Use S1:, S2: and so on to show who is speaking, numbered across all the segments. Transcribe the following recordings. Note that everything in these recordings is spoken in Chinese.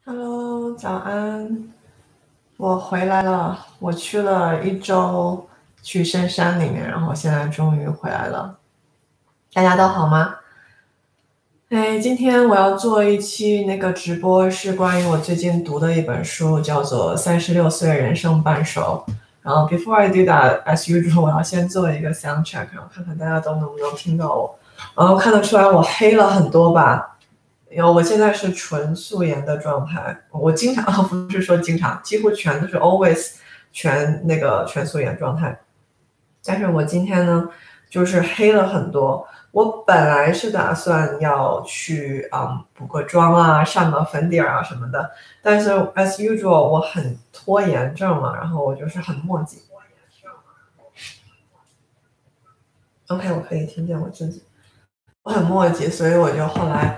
S1: Hello，早安，我回来了。我去了1周，去深山里面，然后现在终于回来了。大家都好吗？哎，今天我要做一期那个直播，是关于我最近读的一本书，叫做《36岁人生半熟》。然后 before I do that, as usual，我要先做一个 sound check，然后看看大家都能不能听到我。然后看得出来我黑了很多吧？因为我现在是纯素颜的状态，我经常不是说经常，几乎全都是 always 全素颜状态。但是我今天呢，就是黑了很多。我本来是打算要去补个妆啊，上个粉底啊什么的，但是 as usual 我很拖延症嘛，然后我就是很磨叽。OK，我可以听见我自己，我很磨叽，所以我就后来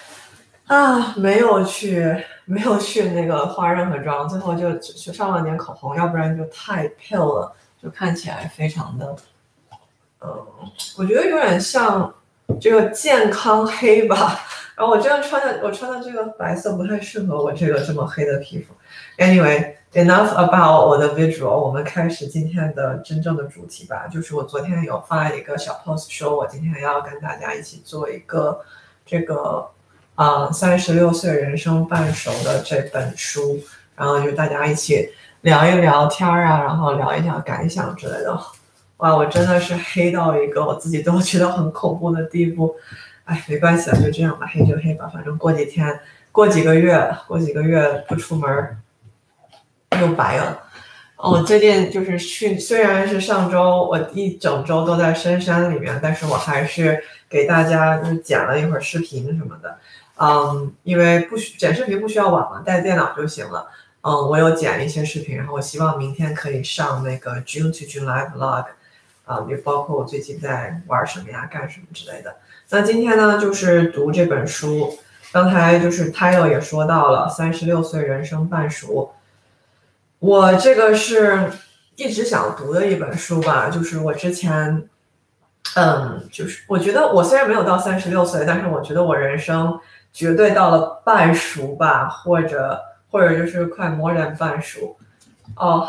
S1: 没有去那个化任何妆，最后就上了点口红，要不然就太 pale 了，就看起来非常的，我觉得有点像这个健康黑吧。然后我穿的这个白色不太适合我这个这么黑的皮肤。Anyway，enough about 我的 visual，我们开始今天的真正的主题吧。就是我昨天有发一个小 post 说，我今天要跟大家一起做一个这个36岁人生半熟的这本书，然后就大家一起聊一聊天啊，然后聊一聊感想之类的。哇，我真的是黑到一个我自己都觉得很恐怖的地步。哎，没关系啊，就这样吧，黑就黑吧，反正过几个月不出门又白了。我最近就是虽然是上周我一整周都在深山里面，但是我还是给大家就是剪了一会儿视频什么的。因为剪视频不需要网嘛，带电脑就行了。我有剪一些视频，然后我希望明天可以上那个 June to July vlog，也包括我最近在玩什么呀、干什么之类的。那今天呢，就是读这本书，刚才就是 title 也说到了，36岁人生半熟。我这个是一直想读的一本书吧，就是我之前，就是我觉得我虽然没有到36岁，但是我觉得我人生绝对到了半熟吧，或者就是快 more than 半熟。哦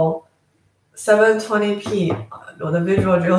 S1: ，Hello，720p，我的 visual 只有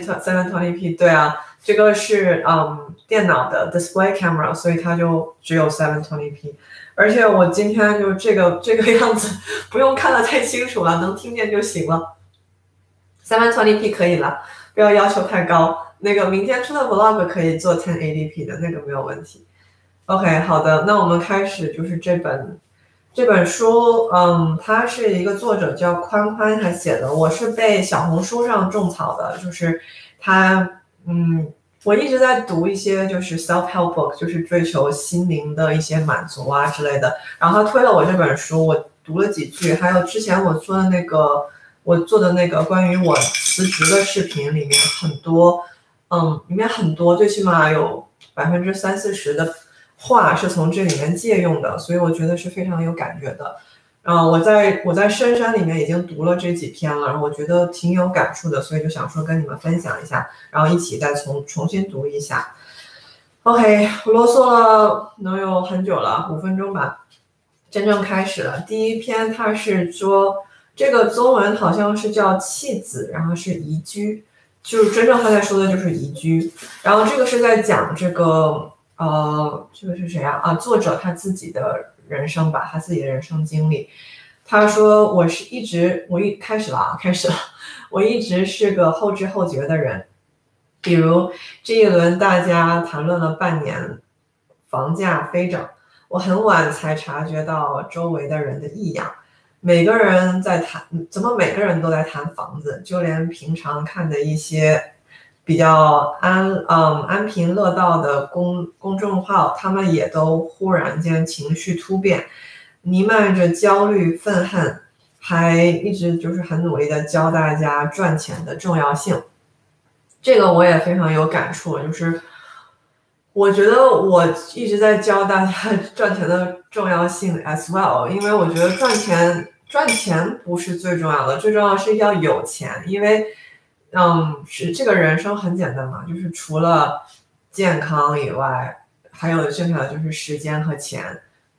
S1: 720p，对啊，这个是电脑的 display camera，所以它就只有720p。而且我今天就这个样子，不用看得太清楚了，能听见就行了。720p 可以了，不要要求太高。那个明天出的 vlog 可以做 1080p 的，那个没有问题。OK，好的，那我们开始就是这本书，它是一个作者叫宽宽他写的，我是被小红书上种草的，就是他，我一直在读一些就是 self help book，就是追求心灵的一些满足啊之类的，然后他推了我这本书，我读了几句，还有之前我做的那个关于我辞职的视频里面很多，里面很多，最起码有30-40%的话是从这里面借用的，所以我觉得是非常有感觉的。我在深山里面已经读了这几篇了，我觉得挺有感触的，所以就想说跟你们分享一下，然后一起再重新读一下。OK，啰嗦了能有很久了，5分钟吧。真正开始了，第一篇它是说这个中文好像是叫弃子，然后是移居，就是真正他在说的就是移居。然后这个是在讲这个是谁啊？作者他自己的人生吧，他自己的人生经历。他说开始了，我一直是个后知后觉的人。比如这一轮大家谈论了半年，房价飞涨，我很晚才察觉到周围的人的异样。每个人在谈，怎么每个人都在谈房子？就连平常看的一些比较安贫乐道的公众号，他们也都忽然间情绪突变，弥漫着焦虑愤恨，还一直就是很努力的教大家赚钱的重要性。这个我也非常有感触，就是我觉得我一直在教大家赚钱的重要性 as well，因为我觉得赚钱不是最重要的，最重要的是要有钱，因为是这个人生很简单嘛，就是除了健康以外，还有剩下的就是时间和钱。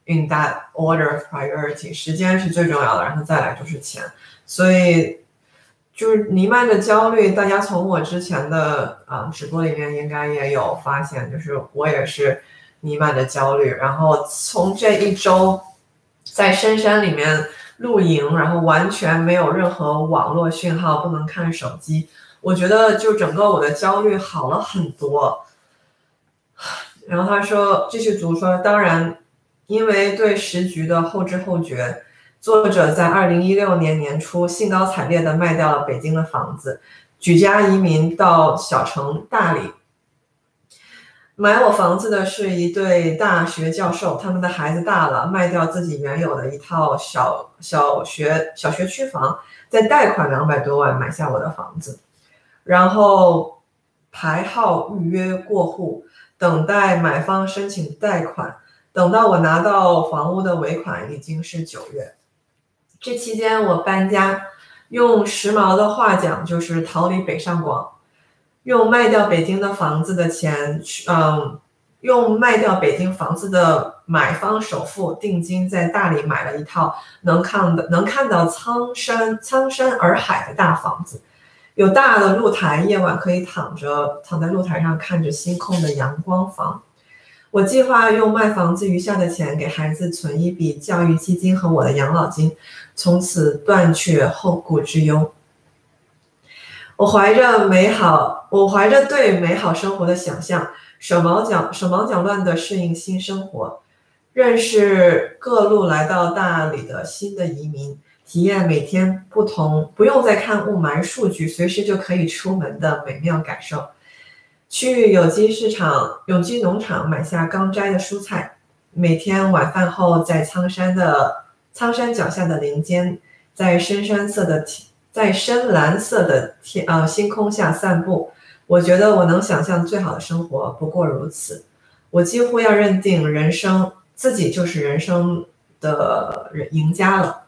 S1: in that order of priority， 时间是最重要的，然后再来就是钱。所以就是弥漫的焦虑，大家从我之前的直播里面应该也有发现，就是我也是弥漫的焦虑。然后从这一周在深山里面露营，然后完全没有任何网络讯号，不能看手机，我觉得就整个我的焦虑好了很多。然后他说，继续读说，当然，因为对时局的后知后觉，作者在2016年年初兴高采烈地卖掉了北京的房子，举家移民到小城大理。买我房子的是一对大学教授，他们的孩子大了，卖掉自己原有的一套小学区房，再贷款200多万买下我的房子，然后排号预约过户，等待买方申请贷款，等到我拿到房屋的尾款已经是9月。这期间我搬家，用时髦的话讲就是逃离北上广，用卖掉北京的房子的钱，用卖掉北京房子的买方首付定金，在大理买了一套能看到苍山洱海的大房子，有大的露台，夜晚可以躺在露台上看着星空的阳光房。我计划用卖房子余下的钱给孩子存一笔教育基金和我的养老金，从此断却后顾之忧。我怀着对美好生活的想象，手忙脚乱地适应新生活，认识各路来到大理的新的移民，体验每天不同，不用再看雾霾数据，随时就可以出门的美妙感受。去有机农场买下刚摘的蔬菜，每天晚饭后在苍山脚下的林间，在深蓝色的星空下散步。我觉得我能想象最好的生活不过如此。我几乎要认定自己就是人生的赢家了。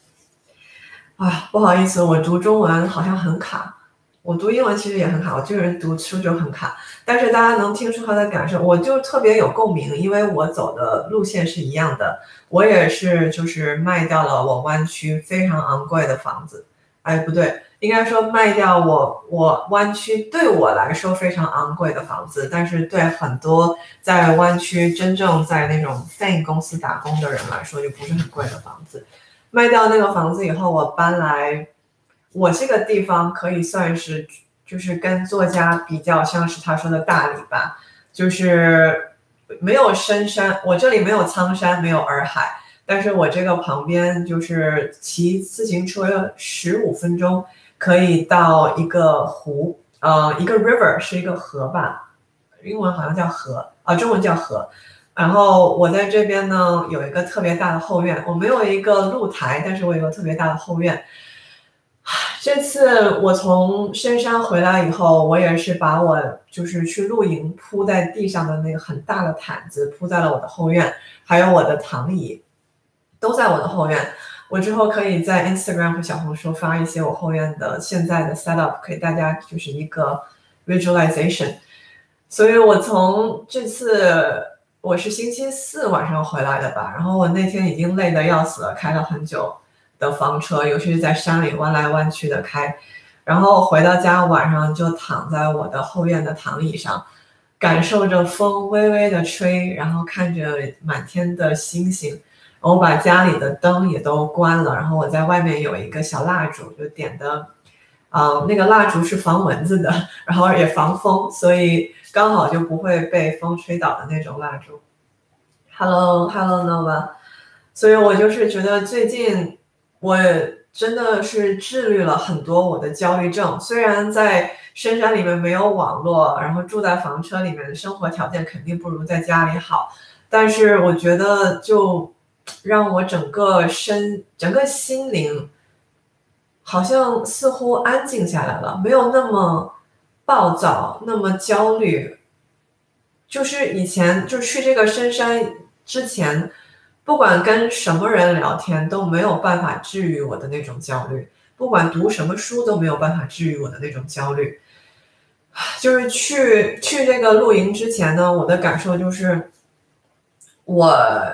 S1: 不好意思，我读中文好像很卡。我读英文其实也很卡，我这个人读书就很卡，但是大家能听出他的感受，我就特别有共鸣，因为我走的路线是一样的，我也是就是卖掉了我湾区非常昂贵的房子，不对，应该说卖掉我湾区对我来说非常昂贵的房子，但是对很多在湾区真正在那种 FAANG 公司打工的人来说就不是很贵的房子。卖掉那个房子以后，我搬来我这个地方，可以算是就是跟作家比较像是他说的大理吧，就是没有深山，我这里没有苍山，没有洱海，但是我这个旁边就是骑自行车15分钟可以到一个湖，一个 river 是一个河吧，英文好像叫河中文叫河。然后我在这边呢有一个特别大的后院，我没有一个露台，但是我有一个特别大的后院。这次我从深山回来以后，我也是把我就是去露营铺在地上的那个很大的毯子铺在了我的后院，还有我的躺椅都在我的后院。我之后可以在 Instagram 和小红书发一些我后院的现在的 setup， 给大家就是一个 visualization。所以我从这次我是星期四晚上回来的吧，然后我那天已经累得要死了，开了很久的房车，尤其是在山里弯来弯去的开，然后回到家晚上就躺在我的后院的躺椅上，感受着风微微的吹，然后看着满天的星星。我把家里的灯也都关了，然后我在外面有一个小蜡烛，就点的那个蜡烛是防蚊子的，然后也防风，所以刚好就不会被风吹倒的那种蜡烛。Hello Nova， 所以我就是觉得最近我真的是治愈了很多我的焦虑症。虽然在深山里面没有网络，然后住在房车里面的生活条件肯定不如在家里好，但是我觉得就让我整个心灵好像似乎安静下来了，没有那么暴躁，那么焦虑。就是以前就去这个深山之前，不管跟什么人聊天都没有办法治愈我的那种焦虑，不管读什么书都没有办法治愈我的那种焦虑。就是去这个露营之前呢，我的感受就是我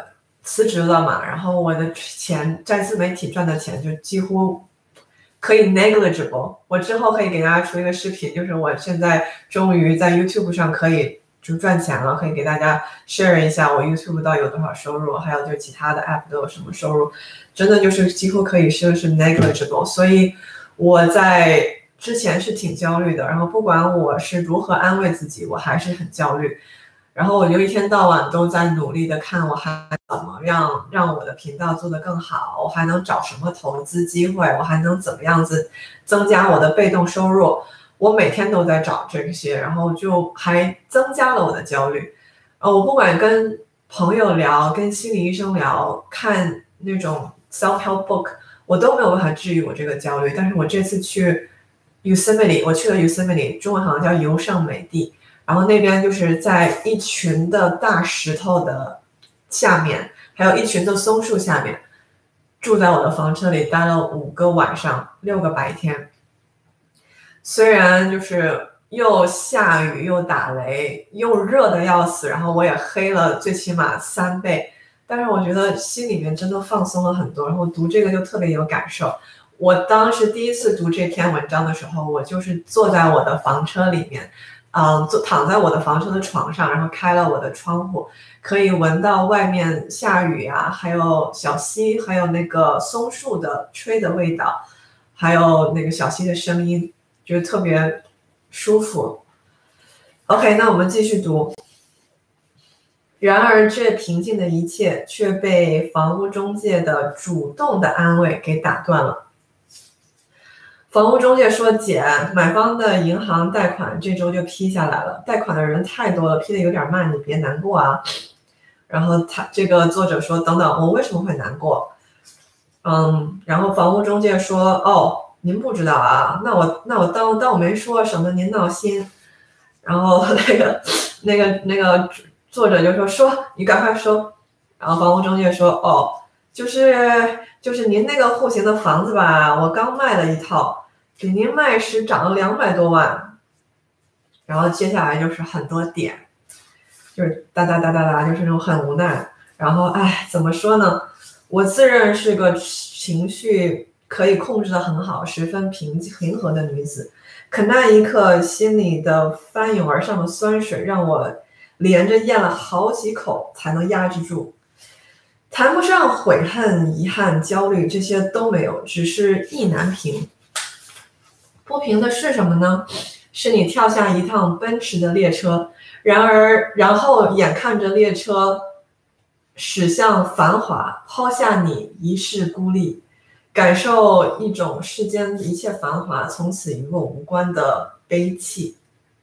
S1: 辞职了嘛，然后我的钱在自媒体赚的钱就几乎可以 negligible。我之后可以给大家出一个视频，就是我现在终于在 YouTube 上可以就赚钱了，可以给大家 share 一下我 YouTube 到底有多少收入，还有就其他的 app 都有什么收入，真的就是几乎可以说是 negligible。所以我在之前是挺焦虑的，然后不管我是如何安慰自己，我还是很焦虑。然后我就一天到晚都在努力的看我还怎么让我的频道做得更好，我还能找什么投资机会，我还能怎么样子增加我的被动收入，我每天都在找这些，然后就还增加了我的焦虑。我不管跟朋友聊，跟心理医生聊，看那种 self-help book， 我都没有办法治愈我这个焦虑。但是我这次去 Yosemite， 我去了 Yosemite， 中文好像叫优胜美地。然后那边就是在一群的大石头的下面，还有一群的松树下面，住在我的房车里待了5个晚上，6个白天。虽然就是又下雨又打雷又热的要死，然后我也黑了最起码3倍，但是我觉得心里面真的放松了很多，然后读这个就特别有感受。我当时第一次读这篇文章的时候，我就是坐在我的房车里面。躺在我的房车的床上，然后开了我的窗户，可以闻到外面下雨啊，还有小溪，还有那个松树的吹的味道，还有那个小溪的声音，觉得特别舒服。OK， 那我们继续读。然而，这平静的一切却被房屋中介的主动的安慰给打断了。房屋中介说：“姐，买方的银行贷款这周就批下来了，贷款的人太多了，批的有点慢，你别难过啊。”然后这个作者说：“等等，我为什么会难过？”然後房屋中介说：“哦，您不知道啊，那我当我没说，省得您闹心。”然后那个作者就说你赶快说。然后房屋中介说：“哦，就是您那个户型的房子吧，我刚卖了一套。”给您卖时涨了200多万，然后接下来就是很多点，就是哒哒哒哒哒，就是那种很无奈。然后怎么说呢？我自认是个情绪可以控制得很好、十分平和的女子，可那一刻心里的翻涌而上的酸水，让我连着咽了好几口才能压制住。谈不上悔恨、遗憾、焦虑，这些都没有，只是意难平。不平的是什么呢？是你跳下一趟奔驰的列车，然后眼看着列车驶向繁华，抛下你一世孤立，感受一种世间一切繁华从此与我无关的悲戚。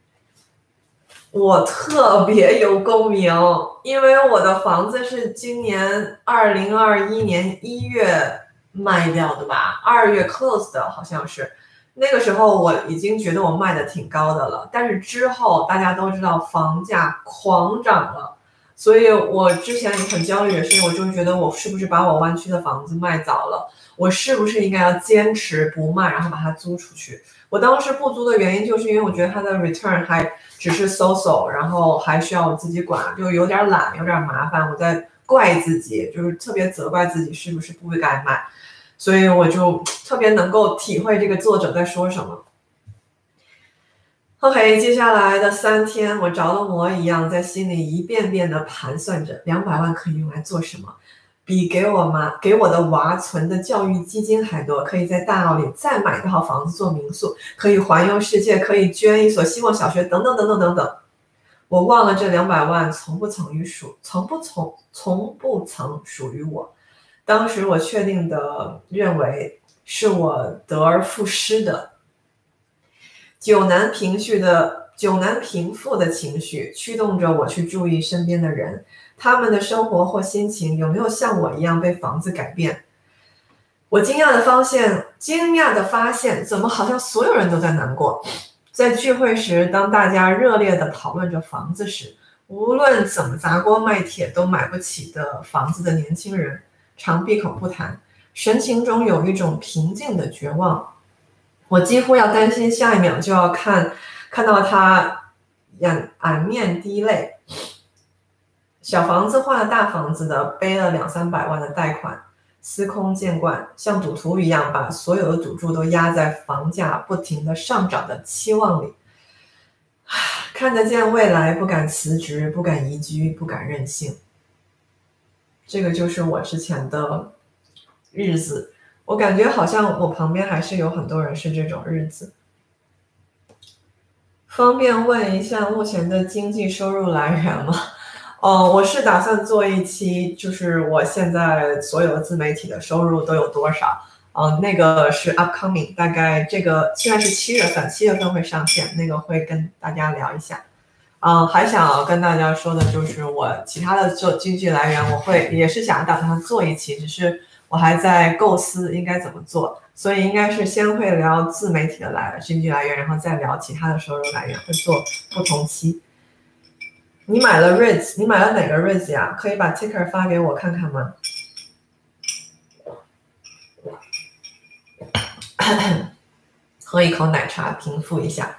S1: 我特别有共鸣，因为我的房子是今年2021年1月卖掉的吧，2月 close 的好像是。那个时候我已经觉得我卖的挺高的了，但是之后大家都知道房价狂涨了，所以我之前很焦虑的是，我就觉得我是不是把我湾区的房子卖早了，我是不是应该要坚持不卖，然后把它租出去。我当时不租的原因就是因为我觉得它的 return 还只是 so， 然后还需要我自己管，就有点懒，有点麻烦，我在怪自己，就是特别责怪自己是不是不该卖。所以我就特别能够体会这个作者在说什么。OK， 接下来的3天，我着了魔一样在心里一遍遍的盘算着200万可以用来做什么，比给我的娃存的教育基金还多，可以在大澳里再买一套房子做民宿，可以环游世界，可以捐一所希望小学，等等等等等等。我忘了这200万从不曾属于我。当时我确定的认为是我得而复失的，久难平复的情绪驱动着我去注意身边的人，他们的生活或心情有没有像我一样被房子改变。我惊讶的发现，怎么好像所有人都在难过。在聚会时，当大家热烈地讨论着房子时，无论怎么砸锅卖铁都买不起的房子的年轻人常闭口不谈，神情中有一种平静的绝望。我几乎要担心下一秒就要看到他掩面滴泪。 小房子换了大房子的，背了200-300万的贷款，司空见惯，像赌徒一样把所有的赌注都压在房价不停的上涨的期望里，看得见未来，不敢辞职，不敢移居，不敢任性。这个就是我之前的日子，我感觉好像我旁边还是有很多人是这种日子。方便问一下目前的经济收入来源吗？我是打算做一期，就是我现在所有的自媒体的收入都有多少。那个是 upcoming， 大概这个现在是7月份会上线，那个会跟大家聊一下。还想跟大家说的就是我其他的做经济来源，我会也是想打算做一期，只是我还在构思应该怎么做，所以应该是先会聊自媒体的经济来源，然后再聊其他的收入来源，会做不同期。你买了 REITs， 你买了哪个 REITs 呀？可以把 ticker 发给我看看吗？喝一口奶茶平复一下。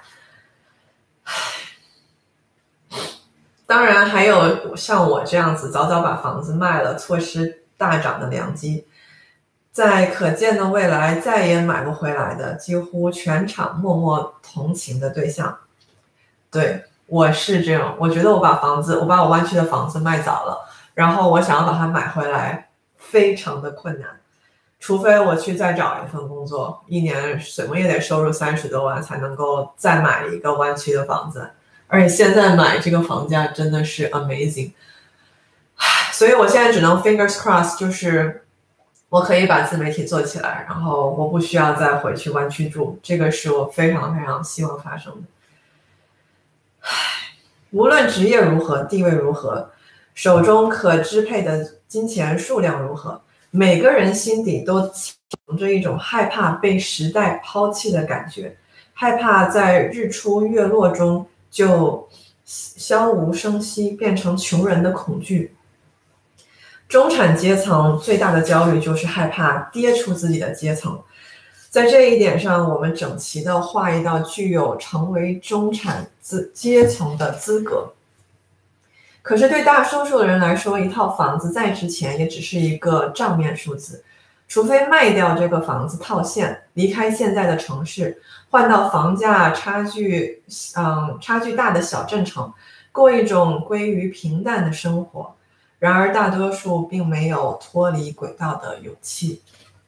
S1: 当然还有像我这样子早早把房子卖了，错失大涨的良机，在可见的未来再也买不回来的，几乎全场默默同情的对象。对，我是这样，我觉得我把我湾区的房子卖早了，然后我想要把它买回来，非常的困难，除非我去再找一份工作，一年什么也得收入30多万才能够再买一个湾区的房子。而且现在买这个房价真的是 amazing， 所以我现在只能 fingers crossed， 就是我可以把自媒体做起来，然后我不需要再回去湾区住，这个是我非常非常希望发生的。无论职业如何，地位如何，手中可支配的金钱数量如何，每个人心底都藏着一种害怕被时代抛弃的感觉，害怕在日出月落中就悄无声息变成穷人的恐惧。中产阶层最大的焦虑就是害怕跌出自己的阶层，在这一点上，我们整齐地画一道具有成为中产阶层的资格。可是对大多数的人来说，一套房子再值钱也只是一个账面数字，除非卖掉这个房子套现，离开现在的城市，换到房价差距大的小镇城，过一种归于平淡的生活。然而大多数并没有脱离轨道的勇气。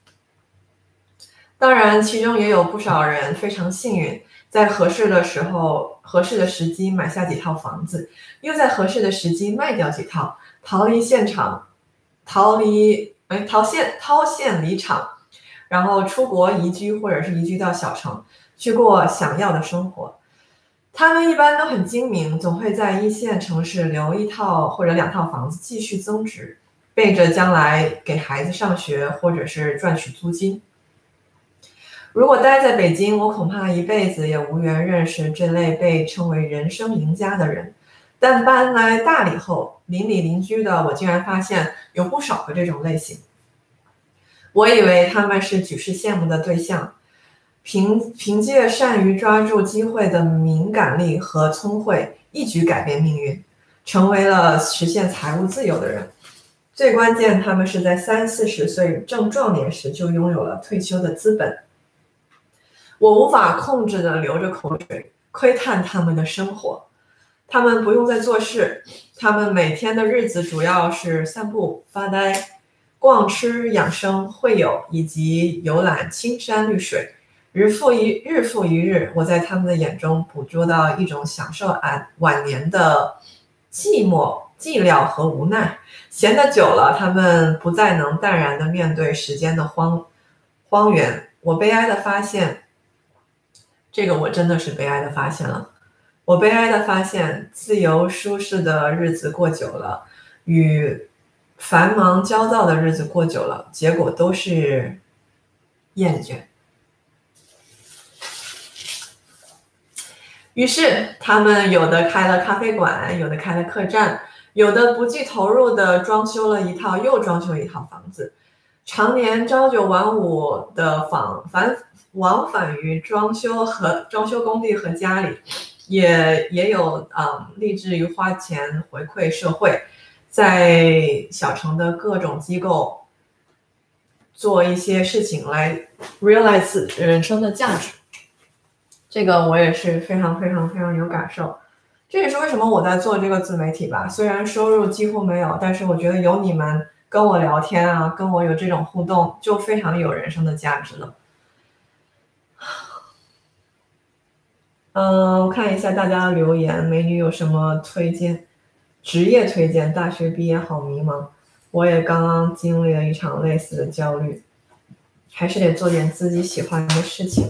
S1: 当然，其中也有不少人非常幸运，在合适的时机买下几套房子，又在合适的时机卖掉几套，逃离现场，掏现离场，然后出国移居或者是移居到小城，去过想要的生活。他们一般都很精明，总会在一线城市留1套或者2套房子继续增值，备着将来给孩子上学或者是赚取租金。如果待在北京，我恐怕一辈子也无缘认识这类被称为人生赢家的人。但搬来大理后，邻里邻居的我竟然发现有不少的这种类型。我以为他们是举世羡慕的对象，凭借善于抓住机会的敏感力和聪慧，一举改变命运，成为了实现财务自由的人。最关键，他们是在30-40岁正壮年时就拥有了退休的资本。我无法控制地流着口水，窥探他们的生活。他们不用再做事，他们每天的日子主要是散步、发呆、逛吃、养生、会友以及游览青山绿水。日复一日，我在他们的眼中捕捉到一种享受晚年的寂寥和无奈。闲得久了，他们不再能淡然地面对时间的荒原。我悲哀地发现，这个我真的是悲哀地发现了。我悲哀地发现，自由舒适的日子过久了，与繁忙焦躁的日子过久了，结果都是厌倦。于是他们有的开了咖啡馆，有的开了客栈，有的不计投入的装修了一套又装修一套房子，常年朝九晚五的往返于装修工地和家里，也有立志于花钱回馈社会， 在小城的各种机构做一些事情来 realize 人生的价值。这个我也是非常非常非常有感受。这也是为什么我在做这个自媒体吧，虽然收入几乎没有，但是我觉得有你们跟我聊天啊，跟我有这种互动，就非常有人生的价值了。我看一下大家的留言，美女有什么推荐？职业推荐，大学毕业好迷茫，我也刚刚经历了一场类似的焦虑，还是得做点自己喜欢的事情。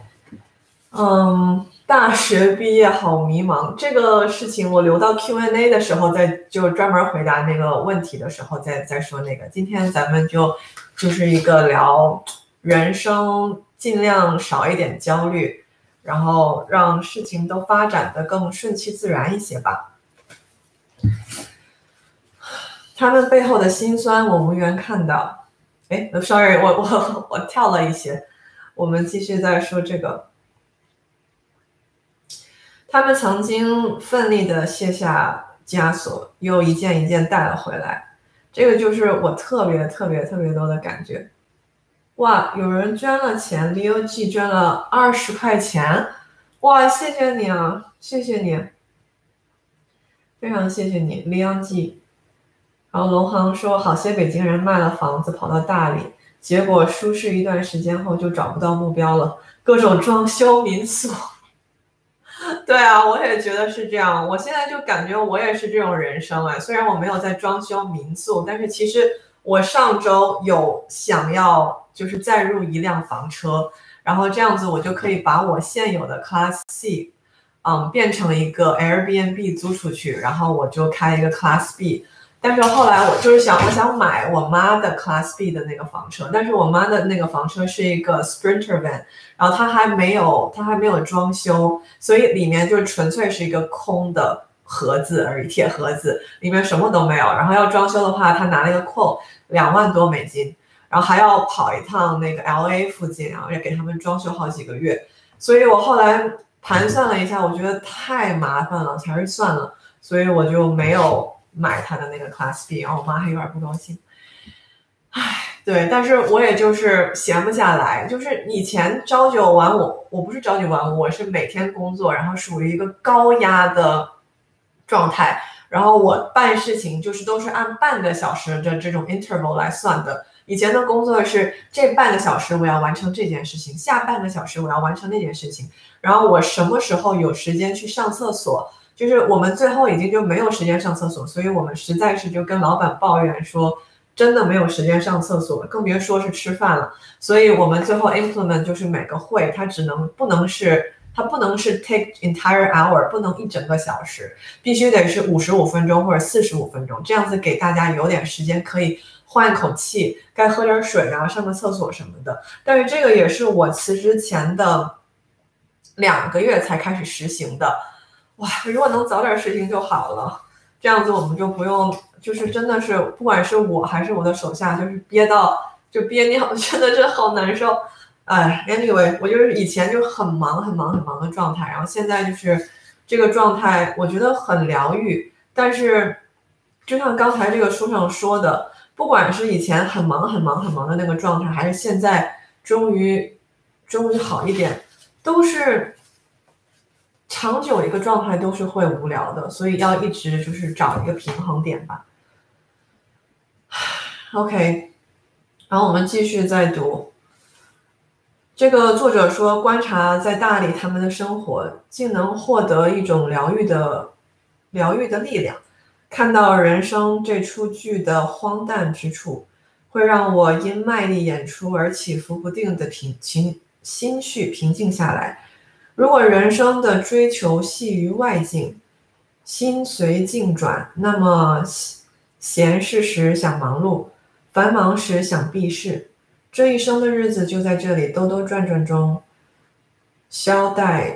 S1: 大学毕业好迷茫，这个事情我留到 Q&A 的时候就专门回答那个问题的时候再说那个。今天咱们就是一个聊人生，尽量少一点焦虑，然后让事情都发展的更顺其自然一些吧。他们背后的辛酸我无缘看到。sorry， 我跳了一些，我们继续再说这个。他们曾经奋力地卸下枷锁，又一件一件带了回来。这个就是我特别特别特别多的感觉。哇，有人捐了钱 ，Leo G 捐了20块钱，哇，谢谢你啊，谢谢你，非常谢谢你 ，Leo G。然后龙航说，好些北京人卖了房子跑到大理，结果舒适一段时间后就找不到目标了，各种装修民宿。对啊，我也觉得是这样。我现在就感觉我也是这种人生哎，虽然我没有在装修民宿，但是其实我上周有想要就是再入一辆房车，然后这样子我就可以把我现有的 Class C，变成一个 Airbnb 租出去，然后我就开一个 Class B。但是后来我想买我妈的 Class B 的那个房车，但是我妈的那个房车是一个 Sprinter van， 然后它还没有装修，所以里面就纯粹是一个空的盒子而已，铁盒子里面什么都没有。然后要装修的话，他拿了一个 quote 2万多美金，然后还要跑一趟那个 LA 附近，然后要给他们装修好几个月。所以我后来盘算了一下，我觉得太麻烦了，还是算了，所以我就没有买他的那个 Class B， 然后我妈还有点不高兴。对，但是我也就是闲不下来，就是以前朝九晚五，我不是朝九晚五，我是每天工作，然后属于一个高压的状态，然后我办事情就是都是按半个小时的这种 interval 来算的。以前的工作是这半个小时我要完成这件事情，下半个小时我要完成那件事情，然后我什么时候有时间去上厕所，就是我们最后已经就没有时间上厕所，所以我们实在是就跟老板抱怨说真的没有时间上厕所，更别说是吃饭了。所以我们最后 implement 就是每个会它不能是 take entire hour， 不能一整个小时，必须得是55分钟或者45分钟，这样子给大家有点时间可以换一口气，该喝点水啊，上个厕所什么的。但是这个也是我辞职前的2个月才开始实行的。哇，如果能早点实行就好了，这样子我们就不用，就是真的是不管是我还是我的手下，就是憋尿，真的是好难受。anyway， 我就是以前就很忙的状态，然后现在就是这个状态，我觉得很疗愈。但是就像刚才这个书上说的，不管是以前很忙的那个状态，还是现在终于好一点，都是长久一个状态都是会无聊的，所以要一直就是找一个平衡点吧。OK， 然后我们继续再读。这个作者说，观察在大理他们的生活，竟能获得一种疗愈的力量。看到人生这出剧的荒诞之处，会让我因卖力演出而起伏不定的心绪平静下来。如果人生的追求系于外境，心随境转，那么闲适时想忙碌，繁忙时想避世，这一生的日子就在这里兜兜转转中消耗殆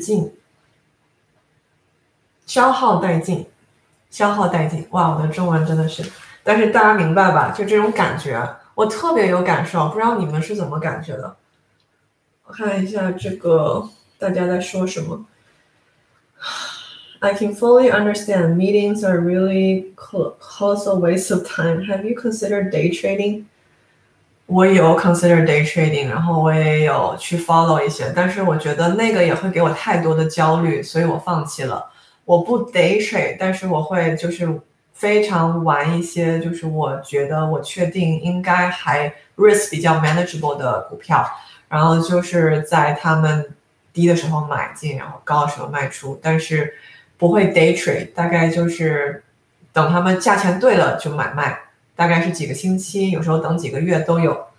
S1: 尽。哇，我的中文真的是，但是大家明白吧？就这种感觉，我特别有感受，不知道你们是怎么感觉的？我看一下这个大家在说什么。 I can fully understand meetings are really colossal waste of time. Have you considered day trading? 我有 consider day trading，然后我也有去 follow 一些，但是我觉得那个也会给我太多的焦虑，所以我放弃了。我不 day trade，但是我会就是非常玩一些，就是我觉得我确定应该还 risk 比较 manageable 的股票，然后就是在他们低的时候买进，然后高的时候卖出，但是不会 day trade，大概就是等他们价钱对了就买卖。大概是几个星期，有时候等几个月都有。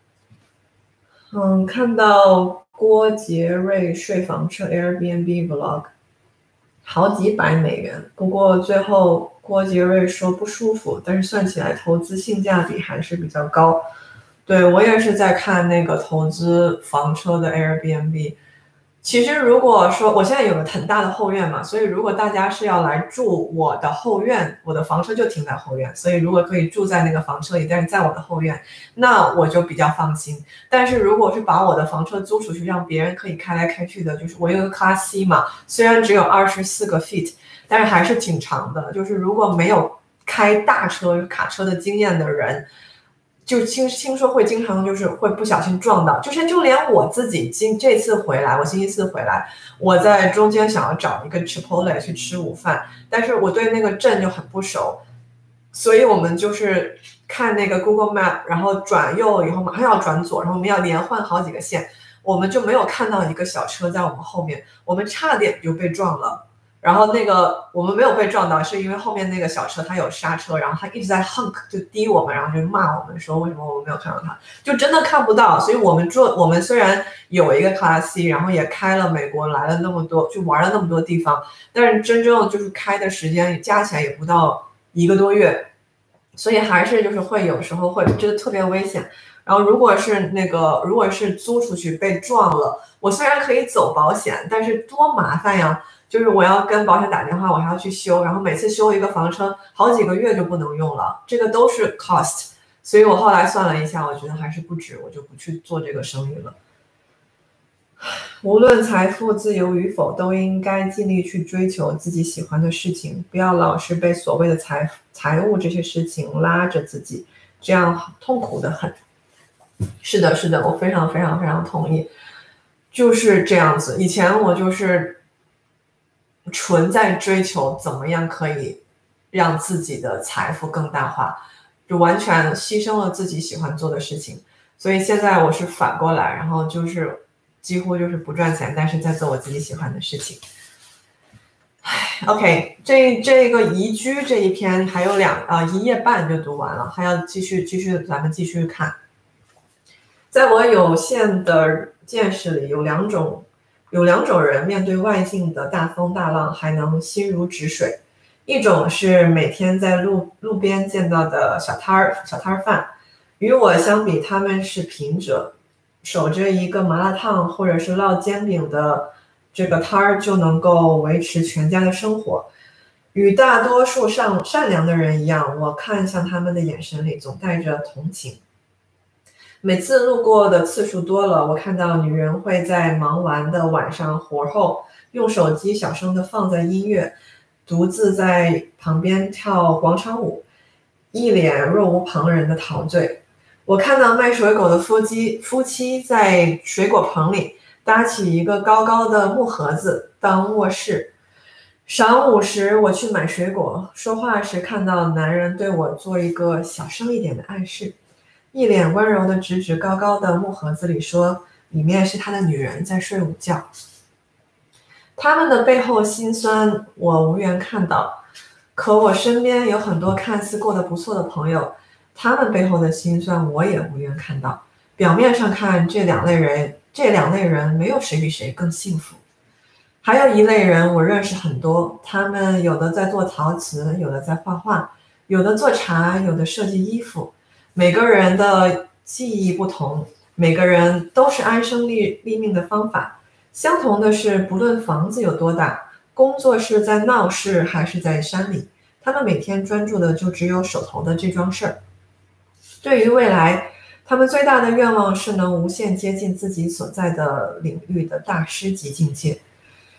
S1: 看到郭杰瑞睡房车 Airbnb vlog，好几百美元，不过最后郭杰瑞说不舒服，但是算起来投资性价比还是比较高。对，我也是在看那个投资房车的 Airbnb。其实如果说我现在有个很大的后院嘛，所以如果大家是要来住我的后院，我的房车就停在后院，所以如果可以住在那个房车里，但是在我的后院，那我就比较放心。但是如果是把我的房车租出去，让别人可以开来开去的，就是我有个 Class C 嘛，虽然只有24个 feet，但是还是挺长的。就是如果没有开大车卡车的经验的人，就听说会经常就是会不小心撞到，就连我自己这次回来，我星期四回来，我在中间想要找一个 Chipotle 去吃午饭，但是我对那个镇就很不熟，所以我们就是看那个 Google Map， 然后转右以后马上要转左，然后我们要连换好几个线，我们就没有看到一个小车在我们后面，我们差点就被撞了。然后那个我们没有被撞到，是因为后面那个小车它有刹车，然后它一直在 honk 就滴我们，然后就骂我们说为什么我们没有看到它，就真的看不到。所以我们虽然有一个 Class C， 然后也开了美国来了那么多，就玩了那么多地方，但是真正就是开的时间加起来也不到1个多月，所以还是就是会有时候会真的特别危险。然后如果是租出去被撞了，我虽然可以走保险，但是多麻烦呀！就是我要跟保险打电话，我还要去修，然后每次修一个房车，好几个月就不能用了，这个都是 cost。所以我后来算了一下，我觉得还是不值，我就不去做这个生意了。无论财富自由与否，都应该尽力去追求自己喜欢的事情，不要老是被所谓的财务这些事情拉着自己，这样痛苦的很。是的，是的，我非常非常非常同意，就是这样子。以前我就是纯在追求怎么样可以让自己的财富更大化，就完全牺牲了自己喜欢做的事情。所以现在我是反过来，然后就是几乎就是不赚钱，但是在做我自己喜欢的事情。OK，这个移居这一篇还有1页半就读完了，还要继续，咱们继续看。在我有限的见识里，有两种人面对外境的大风大浪还能心如止水。一种是每天在路边见到的小摊贩，与我相比，他们是贫者，守着一个麻辣烫或者是烙煎饼的这个摊儿就能够维持全家的生活。与大多数善良的人一样，我看向他们的眼神里总带着同情。每次路过的次数多了，我看到女人会在忙完的晚上活后，用手机小声地放在音乐，独自在旁边跳广场舞，一脸若无旁人的陶醉。我看到卖水果的夫妻在水果棚里搭起一个高高的木盒子当卧室。晌午时我去买水果，说话时看到男人对我做一个小声一点的暗示，一脸温柔的指高高的木盒子里说，里面是他的女人在睡午觉。他们的背后辛酸我无缘看到，可我身边有很多看似过得不错的朋友，他们背后的辛酸我也无缘看到。表面上看，这两类人没有谁比谁更幸福。还有一类人我认识很多，他们有的在做陶瓷，有的在画画，有的做茶，有的设计衣服。每个人的技艺不同，每个人都是安身立命的方法。相同的是，不论房子有多大，工作是在闹市还是在山里，他们每天专注的就只有手头的这桩事儿。对于未来，他们最大的愿望是能无限接近自己所在的领域的大师级境界。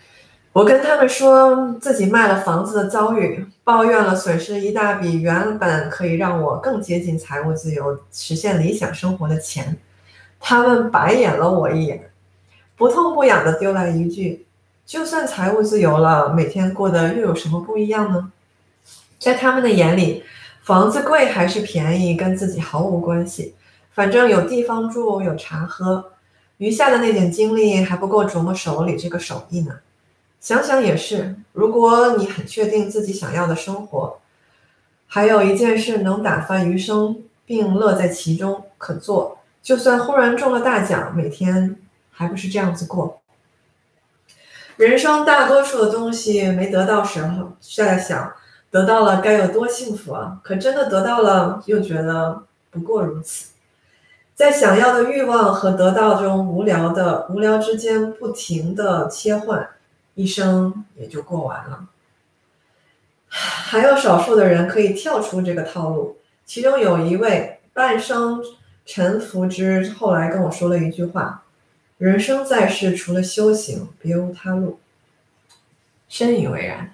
S1: 我跟他们说自己卖了房子的遭遇，抱怨了损失一大笔原本可以让我更接近财务自由、实现理想生活的钱。他们白眼了我一眼，不痛不痒地丢来一句：就算财务自由了，每天过得又有什么不一样呢？在他们的眼里，房子贵还是便宜跟自己毫无关系，反正有地方住，有茶喝，余下的那点精力还不够琢磨手里这个手艺呢。想想也是，如果你很确定自己想要的生活，还有一件事能打发余生并乐在其中可做，就算忽然中了大奖，每天还不是这样子过。人生大多数的东西没得到时候，在想得到了该有多幸福啊！可真的得到了，又觉得不过如此。在想要的欲望和得到中无聊之间不停的切换，一生也就过完了。还有少数的人可以跳出这个套路，其中有一位半生沉浮之后来跟我说了一句话：人生在世，除了修行，别无他路。深以为然。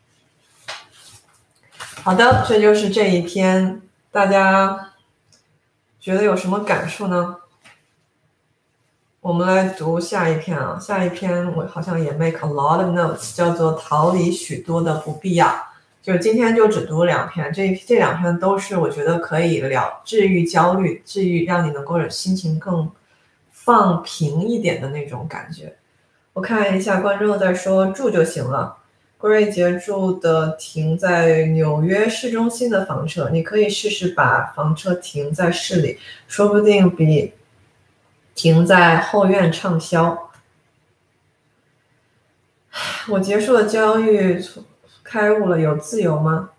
S1: 好的，这就是这一篇，大家觉得有什么感触呢？我们来读下一篇啊，下一篇我好像也 make a lot of notes， 叫做逃离许多的不必要。就今天就只读2篇，这2篇都是我觉得可以治愈焦虑，治愈让你能够心情更放平一点的那种感觉。我看一下观众在说住就行了。郭瑞杰住的停在纽约市中心的房车，你可以试试把房车停在市里，说不定比停在后院畅销。我结束了焦虑，开悟了，有自由吗？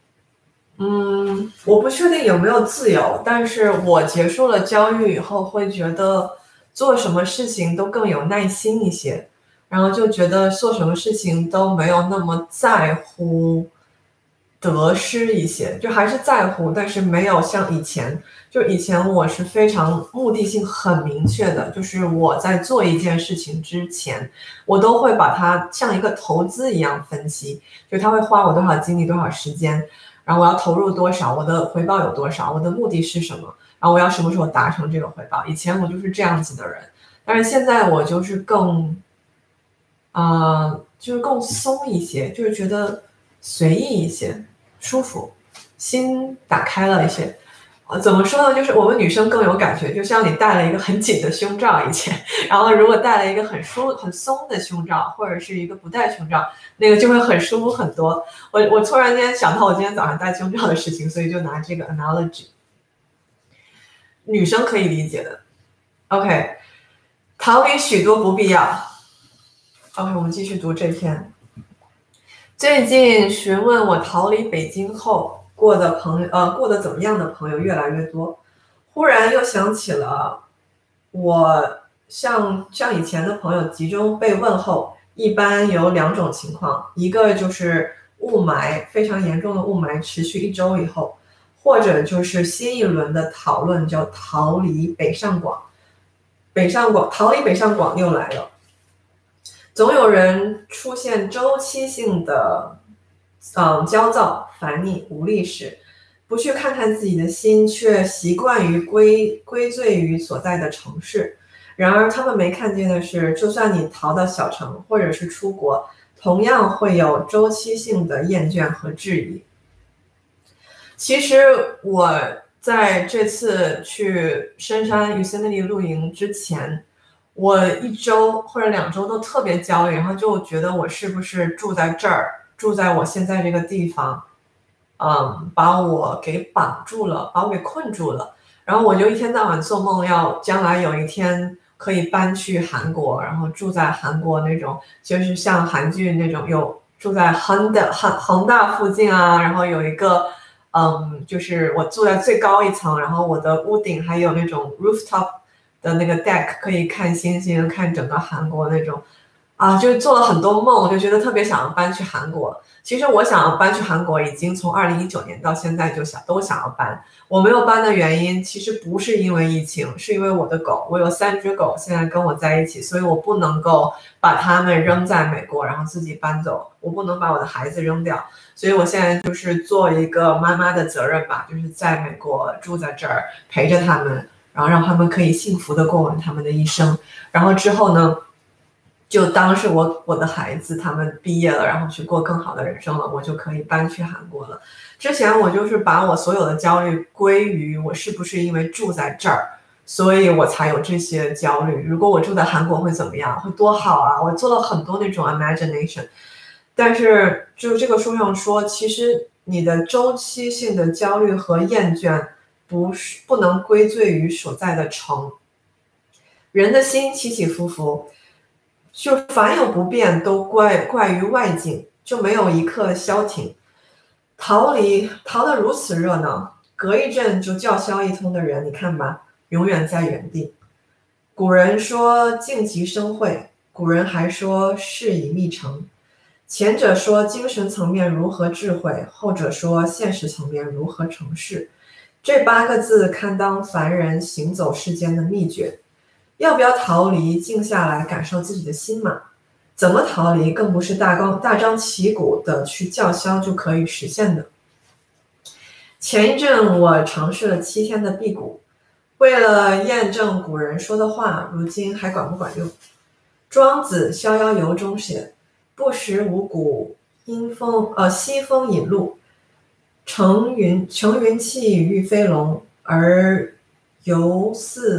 S1: 我不确定有没有自由，但是我结束了焦虑以后，会觉得做什么事情都更有耐心一些。然后就觉得做什么事情都没有那么在乎得失一些，就还是在乎，但是没有像以前，就以前我是非常目的性很明确的，就是我在做一件事情之前，我都会把它像一个投资一样分析，就它会花我多少精力多少时间，然后我要投入多少，我的回报有多少，我的目的是什么，然后我要什么时候达成这个回报。以前我就是这样子的人，但是现在我就是就是更松一些，就是觉得随意一些，舒服，心打开了一些。怎么说呢？就是我们女生更有感觉，就像你戴了一个很紧的胸罩以前，然后如果戴了一个很松的胸罩，或者是一个不戴胸罩，那个就会很舒服很多。我突然间想到我今天早上戴胸罩的事情，所以就拿这个 analogy， 女生可以理解的。OK， 逃离许多不必要。OK， 我们继续读这篇。最近询问我逃离北京后过得怎么样的朋友越来越多，忽然又想起了我像以前的朋友集中被问候，一般有2种情况，一个就是雾霾非常严重的雾霾持续1周以后，或者就是新一轮的讨论叫逃离北上广，逃离北上广又来了。总有人出现周期性的焦躁、烦腻、无力时，不去看看自己的心，却习惯于归罪于所在的城市。然而他们没看见的是，就算你逃到小城或者是出国，同样会有周期性的厌倦和质疑。其实我在这次去深山 Yosemite 露营之前，我1周或者2周都特别焦虑，然后就觉得我是不是住在这儿，住在我现在这个地方，把我给绑住了，把我给困住了。然后我就一天到晚做梦，要将来有一天可以搬去韩国，然后住在韩国那种，就是像韩剧那种，有住在恒大附近啊，然后有一个，就是我住在最高一层，然后我的屋顶还有那种 rooftop。的那个 deck 可以看星星，看整个韩国那种， 就做了很多梦，就觉得特别想要搬去韩国。其实我想要搬去韩国，已经从2019年到现在都想要搬。我没有搬的原因，其实不是因为疫情，是因为我的狗，我有3只狗，现在跟我在一起，所以我不能够把它们扔在美国，然后自己搬走，我不能把我的孩子扔掉。所以我现在就是做一个妈妈的责任吧，就是在美国住在这儿，陪着他们，然后让他们可以幸福的过完他们的一生。然后之后呢，就当是我的孩子他们毕业了，然后去过更好的人生了，我就可以搬去韩国了。之前我就是把我所有的焦虑归于我是不是因为住在这儿，所以我才有这些焦虑。如果我住在韩国会怎么样？会多好啊！我做了很多那种 imagination， 但是就这个书上说，其实你的周期性的焦虑和厌倦不能归罪于所在的城，人的心起起伏伏。就凡有不变，都怪于外境，就没有一刻消停。逃得如此热闹，隔一阵就叫嚣一通的人，你看吧，永远在原地。古人说静极生慧，古人还说事以密成。前者说精神层面如何智慧，后者说现实层面如何成事。这8个字堪当凡人行走世间的秘诀。要不要逃离，静下来感受自己的心嘛？怎么逃离，更不是大张旗鼓的去叫嚣就可以实现的。前一阵我尝试了7天的辟谷，为了验证古人说的话，如今还管不管用？庄子《逍遥游》中写：不食五谷，西风引路，乘云气御飞龙，而游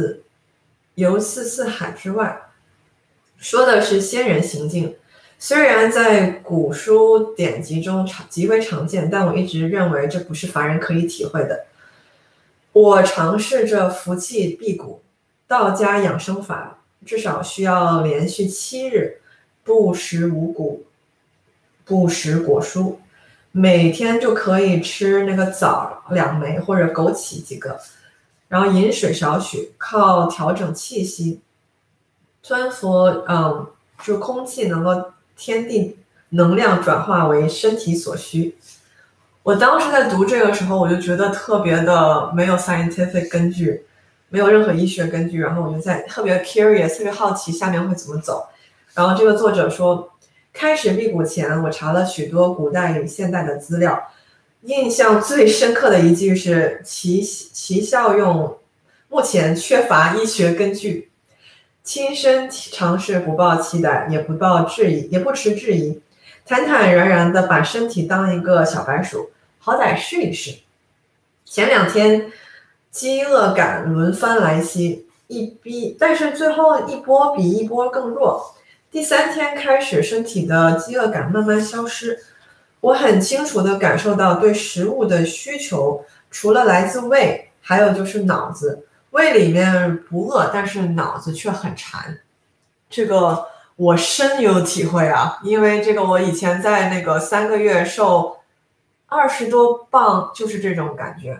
S1: 四海之外。说的是仙人行径，虽然在古书典籍中极为常见，但我一直认为这不是凡人可以体会的。我尝试着服气辟谷，道家养生法至少需要连续7日不食五谷，不食果蔬，每天就可以吃那个枣2枚或者枸杞几个，然后饮水少许，靠调整气息，吞服就空气能够天地能量转化为身体所需。我当时在读这个时候，我就觉得特别的没有 scientific 根据，没有任何医学根据，然后我就在特别 curious， 特别好奇下面会怎么走。然后这个作者说，开始辟谷前，我查了许多古代与现代的资料，印象最深刻的一句是其效用目前缺乏医学根据。亲身尝试，不抱期待，也不持质疑，坦坦然然地把身体当一个小白鼠，好歹试一试。前2天饥饿感轮番来袭，但是最后一波比一波更弱。第3天开始，身体的饥饿感慢慢消失，我很清楚地感受到对食物的需求，除了来自胃，还有就是脑子。胃里面不饿，但是脑子却很馋，这个我深有体会啊！因为这个我以前在那个3个月瘦20多磅，就是这种感觉。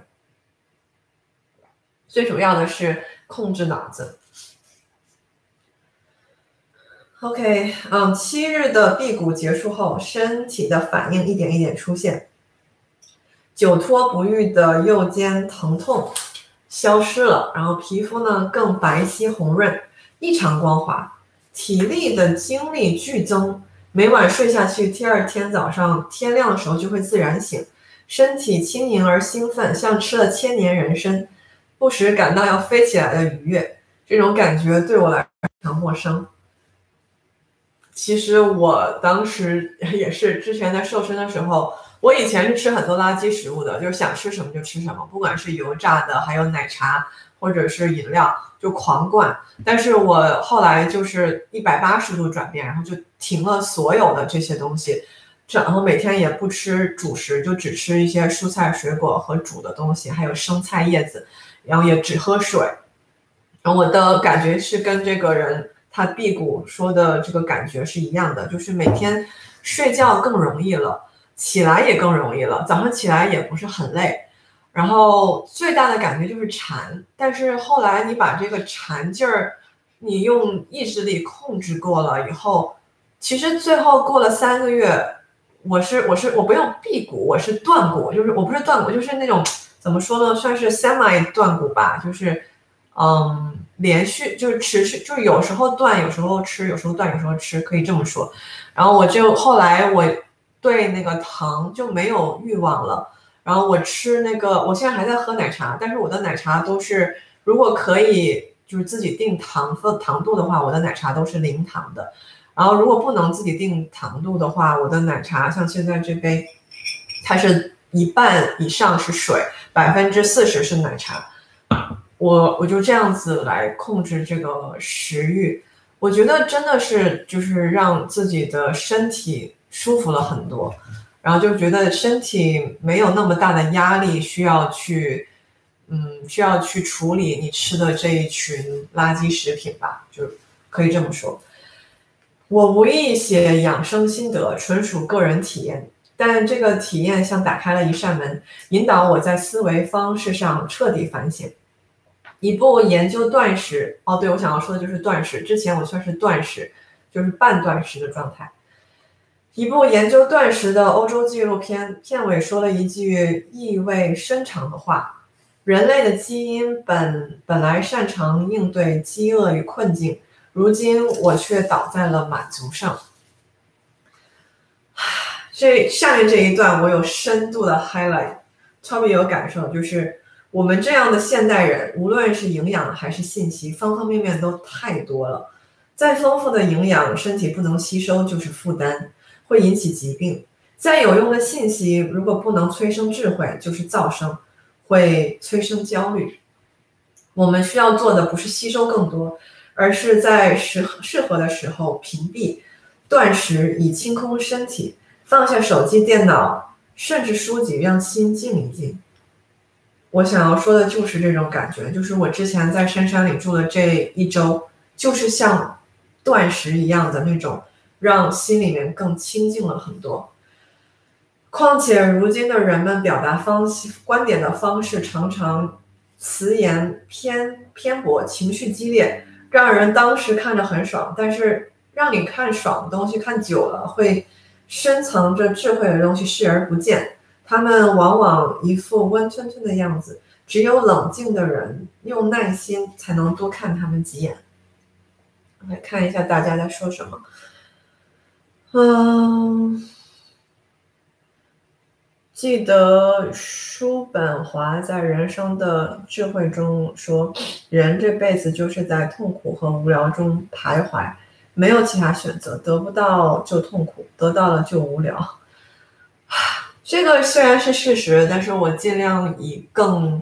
S1: 最主要的是控制脑子。OK， 7日的辟谷结束后，身体的反应一点一点出现，久拖不愈的右肩疼痛消失了，然后皮肤呢更白皙红润，异常光滑，体力的精力剧增。每晚睡下去，第2天早上天亮的时候就会自然醒，身体轻盈而兴奋，像吃了1000年人参，不时感到要飞起来的愉悦。这种感觉对我来说非常陌生。其实我当时也是之前在瘦身的时候，我以前是吃很多垃圾食物的，就是想吃什么就吃什么，不管是油炸的，还有奶茶或者是饮料，就狂灌。但是我后来就是180度转变，然后就停了所有的这些东西，然后每天也不吃主食，就只吃一些蔬菜水果和煮的东西，还有生菜叶子，然后也只喝水。然后我的感觉是跟这个人他辟谷说的这个感觉是一样的，就是每天睡觉更容易了，起来也更容易了，早上起来也不是很累，然后最大的感觉就是馋，但是后来你把这个馋劲儿，你用意志力控制过了以后， 其实最后过了3个月，我不用辟谷，我是断骨，就是我不是断骨，就是那种怎么说呢，算是 semi 断骨吧，就是连续就是持续，就是有时候断，有时候吃，有时候断，有时候吃，可以这么说。然后后来我对那个糖就没有欲望了。然后我吃那个，我现在还在喝奶茶，但是我的奶茶都是如果可以就是自己定糖度的话，我的奶茶都是零糖的。然后如果不能自己定糖度的话，我的奶茶像现在这杯，它是一半以上是水，40%是奶茶。我就这样子来控制这个食欲，我觉得真的是就是让自己的身体舒服了很多，然后就觉得身体没有那么大的压力需要去处理你吃的这一群垃圾食品吧，就可以这么说。我无意写养生心得，纯属个人体验。但这个体验像打开了一扇门，引导我在思维方式上彻底反省。一部研究断食，哦，对，我想要说的就是断食。之前我算是断食，就是半断食的状态。一部研究断食的欧洲纪录片，片尾说了一句意味深长的话：人类的基因本来擅长应对饥饿与困境，如今我却倒在了满足上。下面这一段我有深度的 highlight， 超别有感受，就是我们这样的现代人，无论是营养还是信息，方方面面都太多了。再丰富的营养，身体不能吸收就是负担，会引起疾病；再有用的信息，如果不能催生智慧，就是噪声，会催生焦虑。我们需要做的不是吸收更多，而是在适合的时候屏蔽、断食，以清空身体。放下手机、电脑，甚至书籍，让心静一静。我想要说的就是这种感觉，就是我之前在深山里住的这一周，就是像断食一样的那种，让心里面更清静了很多。况且如今的人们表达观点的方式常常词言偏颇，情绪激烈，让人当时看着很爽，但是让你看爽的东西看久了会深藏着智慧的东西视而不见，他们往往一副温吞吞的样子，只有冷静的人用耐心才能多看他们几眼。来看一下大家在说什么。记得叔本华在《人生的智慧》中说，人这辈子就是在痛苦和无聊中徘徊，没有其他选择，得不到就痛苦，得到了就无聊。这个虽然是事实，但是我尽量以更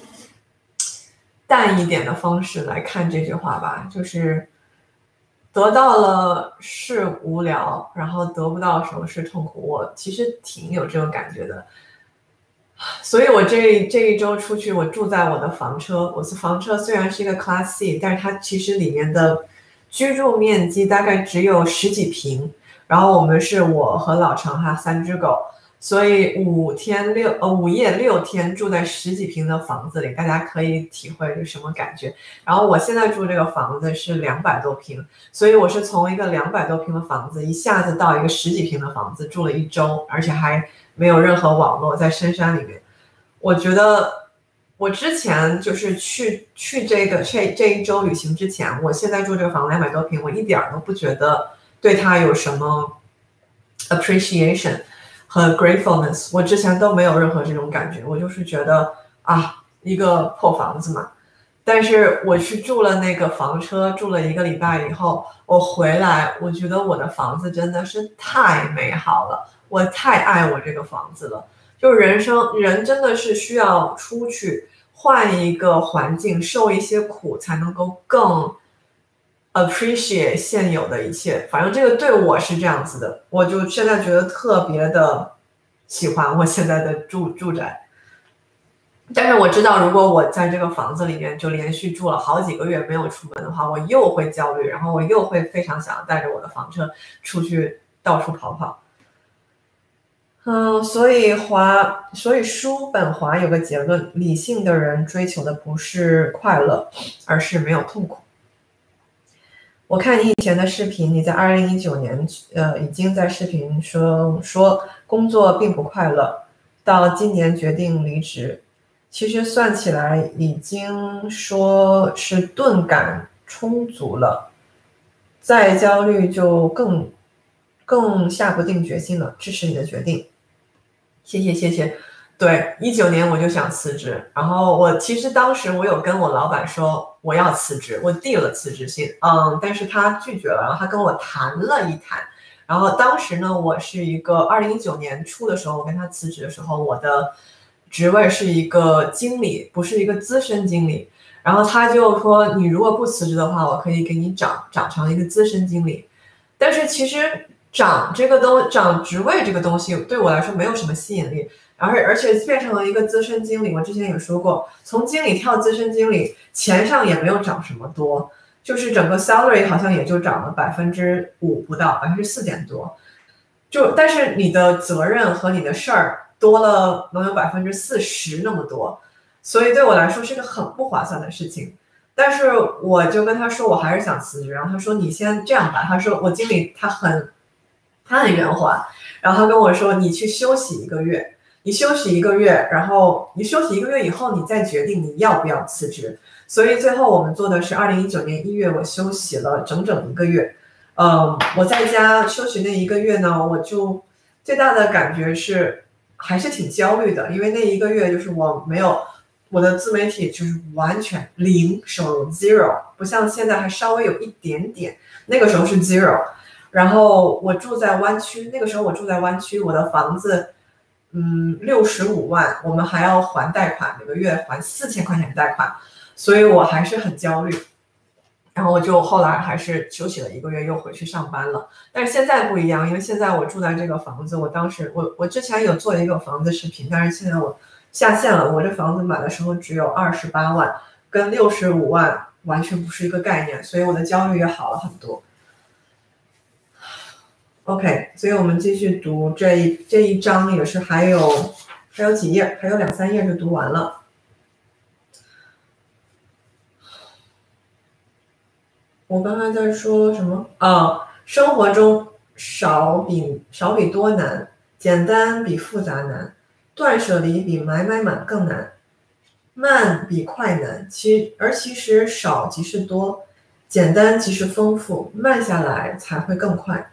S1: 淡一点的方式来看这句话吧，就是得到了是无聊，然后得不到什么是痛苦。我其实挺有这种感觉的，所以我这一周出去，我住在我的房车。我的房车虽然是一个 Class C， 但是它其实里面的居住面积大概只有10几平。然后我们是我和老程还有3只狗，所以5夜6天住在10几平的房子里，大家可以体会是什么感觉。然后我现在住这个房子是200多平，所以我是从一个200多平的房子一下子到一个10几平的房子住了1周，而且还没有任何网络，在深山里面。我觉得我之前就是去这一周旅行之前，我现在住这个房子200多平，我一点都不觉得对它有什么 appreciation 和 gratefulness， 我之前都没有任何这种感觉，我就是觉得一个破房子嘛。但是我去住了那个房车，住了1个礼拜以后，我回来，我觉得我的房子真的是太美好了，我太爱我这个房子了。就人真的是需要出去换一个环境，受一些苦，才能够更 appreciate 现有的一切。反正这个对我是这样子的，我就现在觉得特别的喜欢我现在的住宅。但是我知道，如果我在这个房子里面就连续住了好几个月没有出门的话，我又会焦虑，然后我又会非常想带着我的房车出去到处跑跑。所以叔本华有个结论：理性的人追求的不是快乐，而是没有痛苦。 我看你以前的视频，你在2019年已经在视频说工作并不快乐，到今年决定离职。其实算起来已经说是钝感充足了，再焦虑就更下不定决心了。支持你的决定，谢谢谢谢。对，19年我就想辞职，然后我其实当时我有跟我老板说我要辞职，我递了辞职信，但是他拒绝了，然后他跟我谈了一谈，然后当时呢，我是一个2019年初的时候，我跟他辞职的时候，我的职位是一个经理，不是一个资深经理，然后他就说你如果不辞职的话，我可以给你涨成一个资深经理，但是其实涨职位这个东西对我来说没有什么吸引力。而且变成了一个资深经理，我之前也说过，从经理跳资深经理，钱上也没有涨什么多，就是整个 salary 好像也就涨了5%不到4%多，但是你的责任和你的事儿多了能有40%那么多，所以对我来说是个很不划算的事情。但是我就跟他说我还是想辞职，然后他说你先这样吧，他说我经理他很圆滑，然后他跟我说你去休息一个月。你休息一个月，然后你休息一个月以后，你再决定你要不要辞职。所以最后我们做的是2019年1月，我休息了整整一个月。我在家休息那一个月呢，我就最大的感觉是还是挺焦虑的，因为那一个月就是我的自媒体就是完全零收入 zero， 不像现在还稍微有一点点，那个时候是 zero。然后我住在湾区，那个时候我住在湾区，我的房子。65万，我们还要还贷款，每个月还4000块钱贷款，所以我还是很焦虑。然后我就后来还是休息了一个月，又回去上班了。但是现在不一样，因为现在我住在这个房子，我之前有做一个房子视频，但是现在我下线了。我这房子买的时候只有28万，跟65万完全不是一个概念，所以我的焦虑也好了很多。OK， 所以我们继续读这一章，也是还有几页，还有2-3页就读完了。我刚才在说什么？生活中少比多难，简单比复杂难，断舍离比买满更难，慢比快难，其实少即是多，简单即是丰富，慢下来才会更快。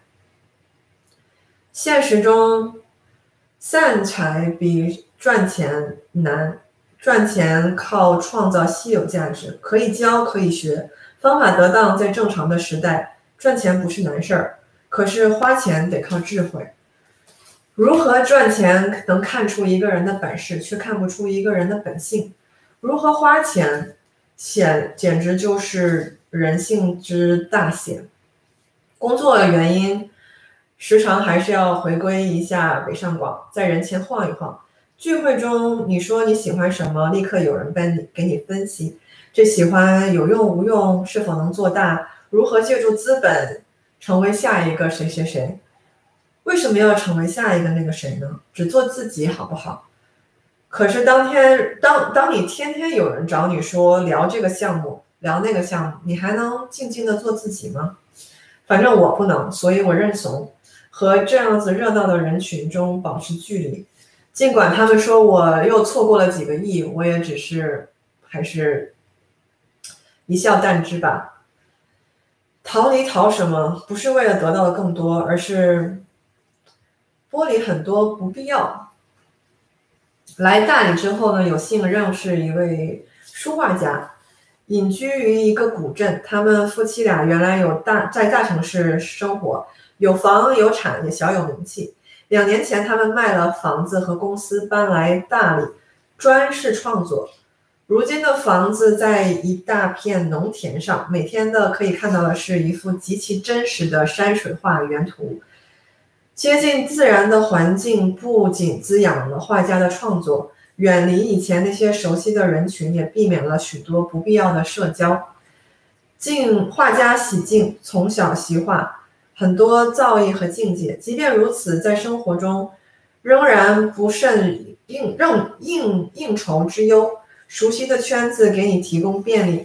S1: 现实中，散财比赚钱难。赚钱靠创造稀有价值，可以教，可以学，方法得当，在正常的时代，赚钱不是难事儿。可是花钱得靠智慧。如何赚钱能看出一个人的本事，却看不出一个人的本性？如何花钱，简直就是人性之大险。工作的原因。时常还是要回归一下北上广，在人前晃一晃。聚会中，你说你喜欢什么，立刻有人给你分析。这喜欢有用无用，是否能做大？如何借助资本成为下一个谁谁谁？为什么要成为下一个那个谁呢？只做自己好不好？可是当你天天有人找你说聊这个项目，聊那个项目，你还能静静的做自己吗？反正我不能，所以我认怂。和这样子热闹的人群中保持距离，尽管他们说我又错过了几个亿，我也只是还是一笑淡之吧。逃离逃什么？不是为了得到的更多，而是剥离很多不必要。来大理之后呢，有幸认识一位书画家，隐居于一个古镇。他们夫妻俩原来在大城市生活。有房有产，也小有名气。2年前，他们卖了房子和公司，搬来大理，专事创作。如今的房子在一大片农田上，每天可以看到的是一幅极其真实的山水画原图。接近自然的环境不仅滋养了画家的创作，远离以前那些熟悉的人群，也避免了许多不必要的社交。画家喜静，从小习画。很多造诣和境界，即便如此，在生活中仍然不甚应酬之忧。熟悉的圈子给你提供便利，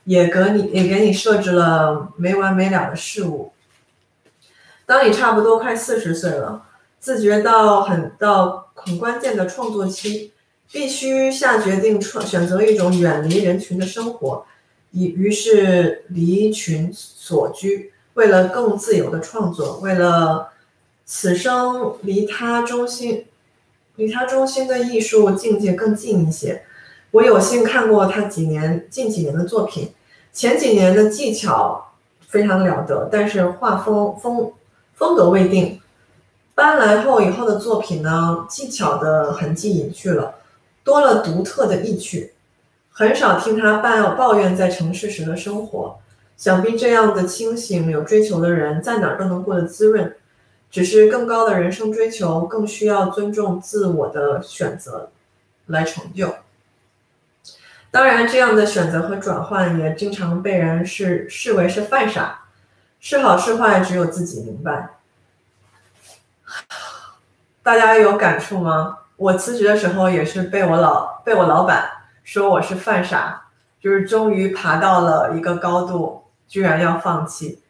S1: 也给你设置了没完没了的事物。当你差不多快40岁了，自觉到很关键的创作期，必须下决定选择一种远离人群的生活，于是离群所居，为了更自由的创作，为了此生离他中心的艺术境界更近一些。我有幸看过他近几年的作品，前几年的技巧非常了得，但是画风格未定。搬来以后的作品呢，技巧的痕迹隐去了，多了独特的意趣。很少听他抱怨在城市时的生活，想必这样的清醒有追求的人在哪儿都能过得滋润。只是更高的人生追求更需要尊重自我的选择来成就。当然，这样的选择和转换也经常被人视为是犯傻，是好是坏只有自己明白。大家有感触吗？我辞职的时候也是被我老板说我是犯傻，就是终于爬到了一个高度，居然要放弃。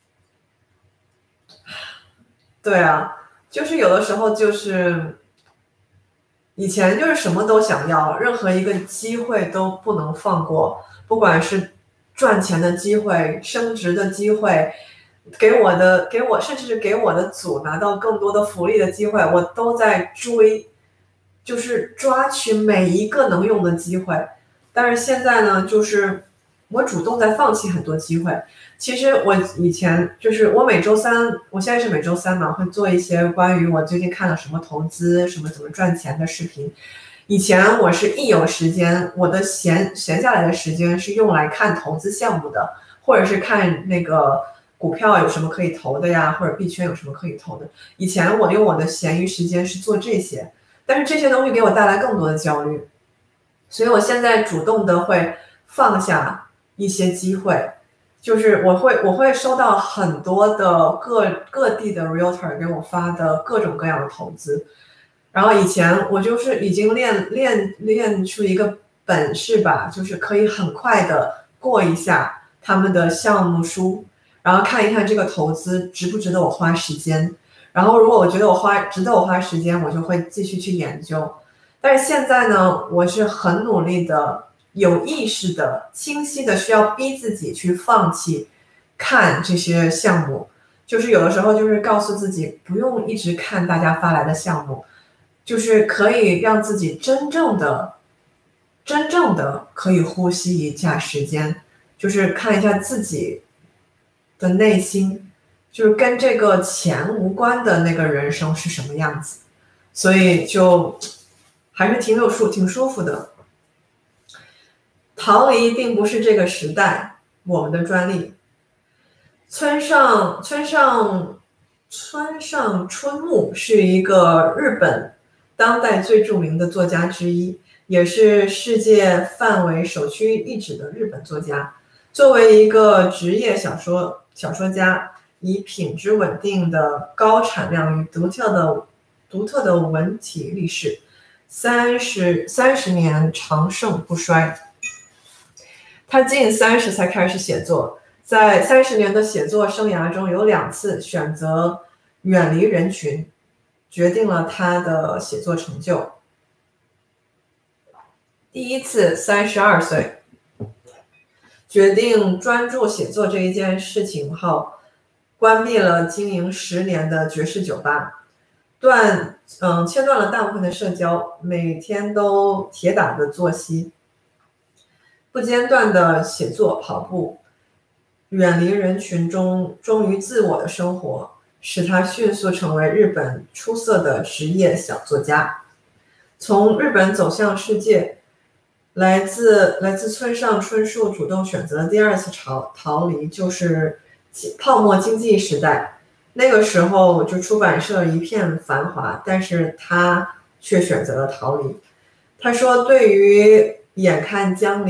S1: 对啊，就是有的时候就是以前就是什么都想要，任何一个机会都不能放过，不管是赚钱的机会、升职的机会，甚至是给我的组拿到更多的福利的机会，我都在追，就是抓取每一个能用的机会。但是现在呢，就是我主动在放弃很多机会。其实我以前就是我现在是每周三嘛，会做一些关于我最近看了什么投资、什么怎么赚钱的视频。以前我是一有时间，我的闲下来的时间是用来看投资项目的，或者是看那个股票有什么可以投的呀，或者币圈有什么可以投的。以前我用我的闲余时间是做这些，但是这些东西给我带来更多的焦虑，所以我现在主动的会放下一些机会。就是我会收到很多的各地的 realtor 给我发的各种各样的投资，然后以前我就是已经练出一个本事吧，就是可以很快的过一下他们的项目书，然后看一看这个投资值不值得我花时间，然后如果我觉得值得我花时间，我就会继续去研究。但是现在呢，我是很努力的。有意识的、清晰的需要逼自己去放弃看这些项目，就是有的时候就是告诉自己不用一直看大家发来的项目，就是可以让自己真正的可以呼吸一下时间，就是看一下自己的内心，就是跟这个钱无关的那个人生是什么样子，所以就还是挺舒服的。逃离并不是这个时代我们的专利。村上春木是一个日本当代最著名的作家之一，也是世界范围首屈一指的日本作家。作为一个职业小说家，以品质稳定的高产量与独特的文体立世，30年长盛不衰。他近30才开始写作，在30年的写作生涯中，有2次选择远离人群，决定了他的写作成就。第一次32岁，决定专注写作这一件事情后，关闭了经营10年的爵士酒吧，切断了大部分的社交，每天都铁打的作息。不间断的写作、跑步，远离人群中忠于自我的生活，使他迅速成为日本出色的职业小作家。从日本走向世界，来自村上春树主动选择的第2次逃离，就是泡沫经济时代。那个时候就出版社一片繁华，但是他却选择了逃离。他说，对于眼看将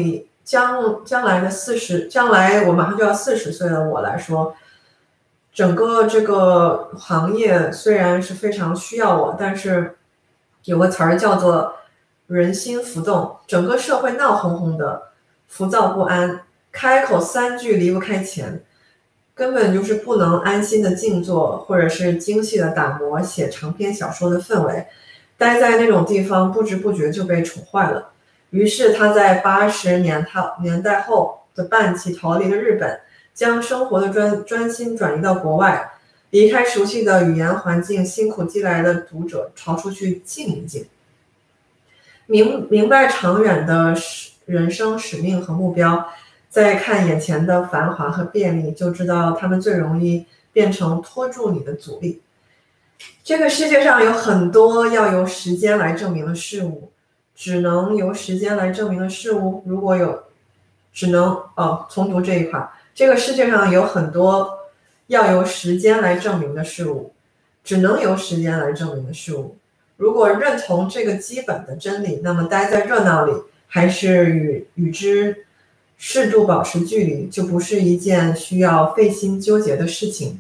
S1: 来我马上就要40岁的我来说，整个这个行业虽然是非常需要我，但是有个词儿叫做人心浮动，整个社会闹哄哄的，浮躁不安， 开口3句离不开钱，根本就是不能安心的静坐，或者是精细的打磨写长篇小说的氛围。待在那种地方，不知不觉就被宠坏了。于是他在80年代后的半期逃离了日本，将生活的专心转移到国外，离开熟悉的语言环境，辛苦寄来的读者，逃出去静一静。明白长远的人生使命和目标，再看眼前的繁华和便利，就知道他们最容易变成拖住你的阻力。这个世界上有很多要由时间来证明的事物，只能由时间来证明的事物，如果有，只能重读这一块。这个世界上有很多要由时间来证明的事物，只能由时间来证明的事物。如果认同这个基本的真理，那么待在热闹里，还是与之适度保持距离，就不是一件需要费心纠结的事情。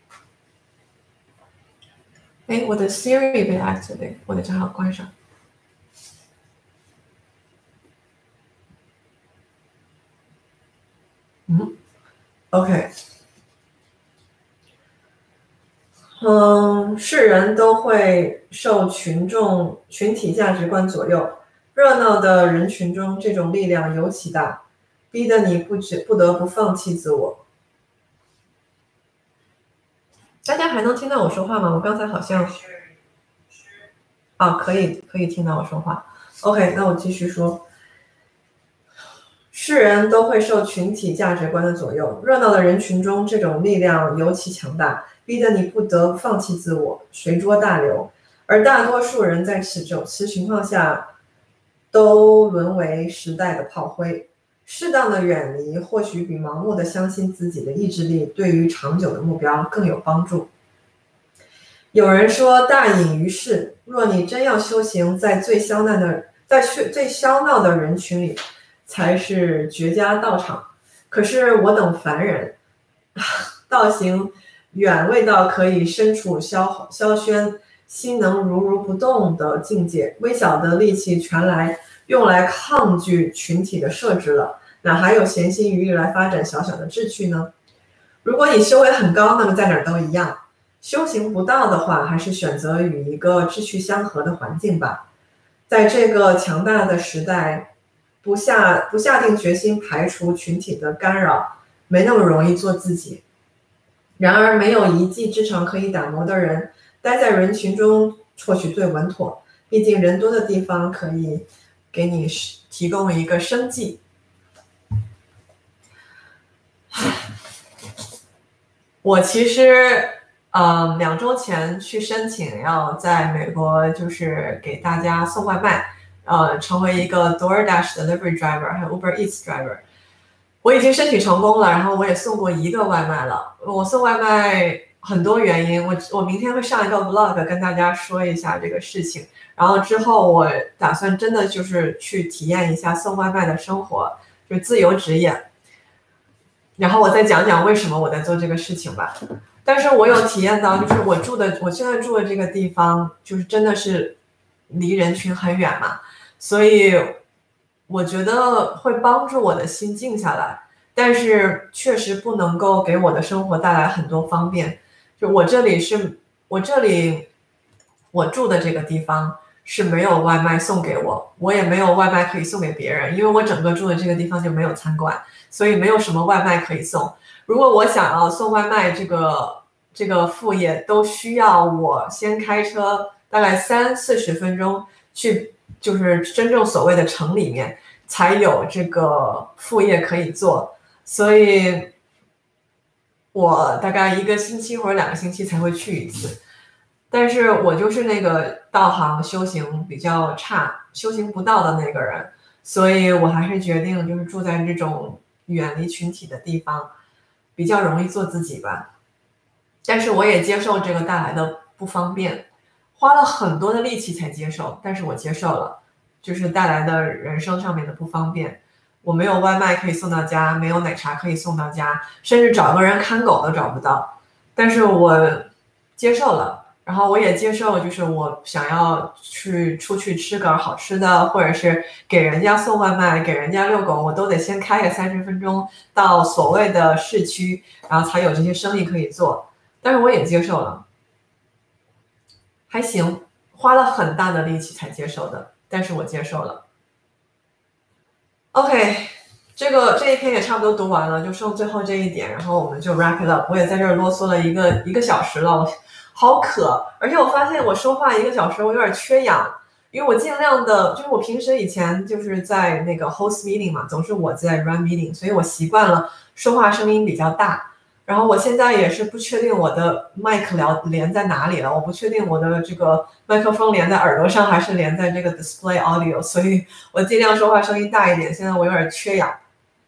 S1: 我的 Siri 被 activate， 我得正好关上。OK。世人都会受群体价值观左右，热闹的人群中，这种力量尤其大，逼得你不得不放弃自我。大家还能听到我说话吗？我刚才好像可以听到我说话。OK， 那我继续说。世人都会受群体价值观的左右，热闹的人群中，这种力量尤其强大，逼得你不得不放弃自我，随波大流。而大多数人在此情况下都沦为时代的炮灰。适当的远离或许比盲目的相信自己的意志力对于长久的目标更有帮助。有人说大隐于市，若你真要修行，在最嚣闹的人群里才是绝佳道场。可是我等凡人道行远未到可以身处萧轩，心能如不动的境界，微小的力气全用来抗拒群体的设置了，哪还有闲心余力来发展小小的志趣呢？如果你修为很高，那么在哪儿都一样。修行不到的话，还是选择与一个志趣相合的环境吧。在这个强大的时代，不下定决心排除群体的干扰，没那么容易做自己。然而没有一技之长可以打磨的人，待在人群中或许最稳妥，毕竟人多的地方可以给你提供一个生计。我其实2周前去申请要在美国就是给大家送外卖，成为一个 DoorDash Delivery Driver 还有 Uber Eats Driver。我已经申请成功了，然后我也送过1个外卖了。我送外卖很多原因，我明天会上一个 vlog 跟大家说一下这个事情。然后之后我打算真的就是去体验一下送外卖的生活，就自由职业。然后我再讲讲为什么我在做这个事情吧。但是我有体验到，就是我现在住的这个地方，就是真的是离人群很远嘛，所以我觉得会帮助我的心静下来，但是确实不能够给我的生活带来很多方便。就我住的这个地方是没有外卖送给我，我也没有外卖可以送给别人，因为我整个住的这个地方就没有餐馆，所以没有什么外卖可以送。如果我想要送外卖，这个副业都需要我先开车大概30-40分钟去，就是真正所谓的城里面才有这个副业可以做，所以我大概1个星期或者2个星期才会去一次。但是我就是那个道行修行比较差，修行不到的那个人，所以我还是决定就是住在这种远离群体的地方，比较容易做自己吧。但是我也接受这个带来的不方便，花了很多的力气才接受，但是我接受了，就是带来的人生上面的不方便。我没有外卖可以送到家，没有奶茶可以送到家，甚至找个人看狗都找不到，但是我接受了。 然后我也接受，就是我想要出去吃个好吃的，或者是给人家送外卖，给人家遛狗，我都得先开个30分钟到所谓的市区，然后才有这些生意可以做。但是我也接受了，还行，花了很大的力气才接受的，但是我接受了。OK，这一篇也差不多读完了，就剩最后这一点，然后我们就 wrap it up。我也在这儿啰嗦了一个小时了，我好渴，而且我发现我说话1个小时我有点缺氧，因为我尽量的，就是我平时以前就是在那个 host meeting 嘛，总是我在 run meeting，所以我习惯了说话声音比较大。然后我现在也是不确定我的麦克连在哪里了，我不确定我的这个麦克风连在耳朵上还是连在这个 display audio， 所以我尽量说话声音大一点。现在我有点缺氧。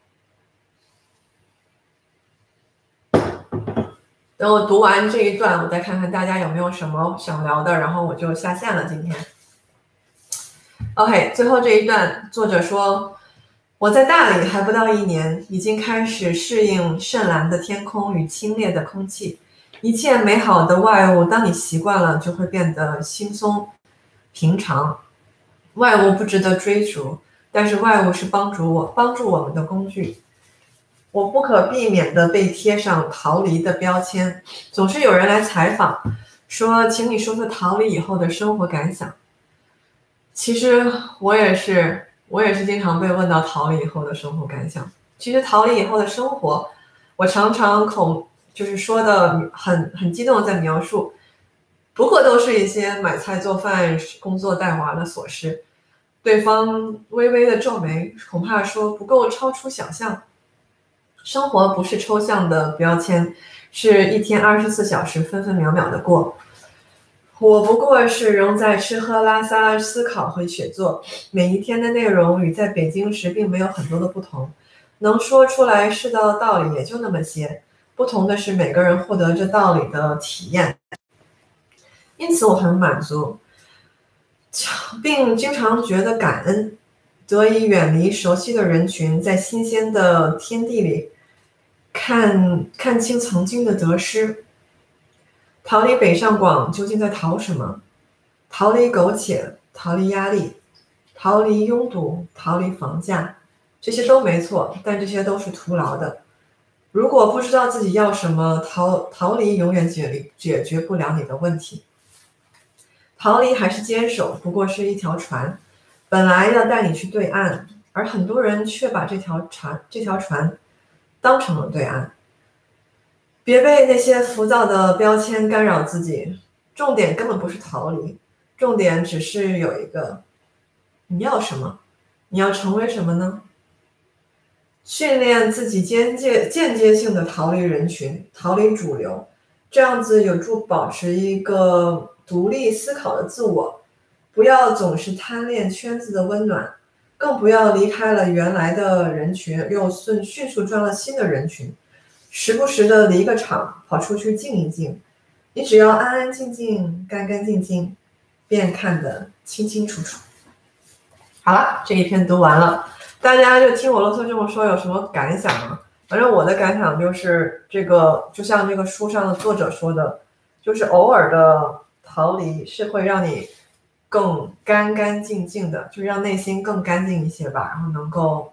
S1: 等我读完这一段，我再看看大家有没有什么想聊的，然后我就下线了今天。OK， 最后这一段，作者说，我在大理还不到1年，已经开始适应深蓝的天空与清冽的空气。一切美好的外物，当你习惯了，就会变得轻松平常。外物不值得追逐，但是外物是帮助我们的工具。我不可避免地被贴上逃离的标签，总是有人来采访，说请你说说逃离以后的生活感想。其实我也是经常被问到逃离以后的生活感想。其实逃离以后的生活，我常常就是说的很激动在描述，不过都是一些买菜做饭、工作带娃的琐事。对方微微的皱眉，恐怕说不够超出想象。生活不是抽象的标签，是一天24小时分分秒秒的过。我不过是仍在吃喝拉撒、思考和写作，每一天的内容与在北京时并没有很多的不同，能说出来是的道理也就那么些，不同的是每个人获得这道理的体验。因此我很满足，并经常觉得感恩，得以远离熟悉的人群，在新鲜的天地里看清曾经的得失。逃离北上广究竟在逃什么？逃离苟且，逃离压力，逃离拥堵，逃离房价，这些都没错，但这些都是徒劳的。如果不知道自己要什么，逃离永远解决不了你的问题。逃离还是坚守，不过是一条船，本来要带你去对岸，而很多人却把这条船当成了对岸。别被那些浮躁的标签干扰自己，重点根本不是逃离，重点只是有一个，你要什么？你要成为什么呢？训练自己间接性的逃离人群，逃离主流，这样子有助保持一个独立思考的自我，不要总是贪恋圈子的温暖，更不要离开了原来的人群，又迅速转了新的人群。时不时的离个场，跑出去静一静，你只要安安静静、干干净净，便看得清清楚楚。好了，这一篇读完了，大家就听我啰嗦这么说，有什么感想吗？反正我的感想就是这个，就像这个书上的作者说的，就是偶尔的逃离是会让你更干干净净的，就是让内心更干净一些吧，然后能够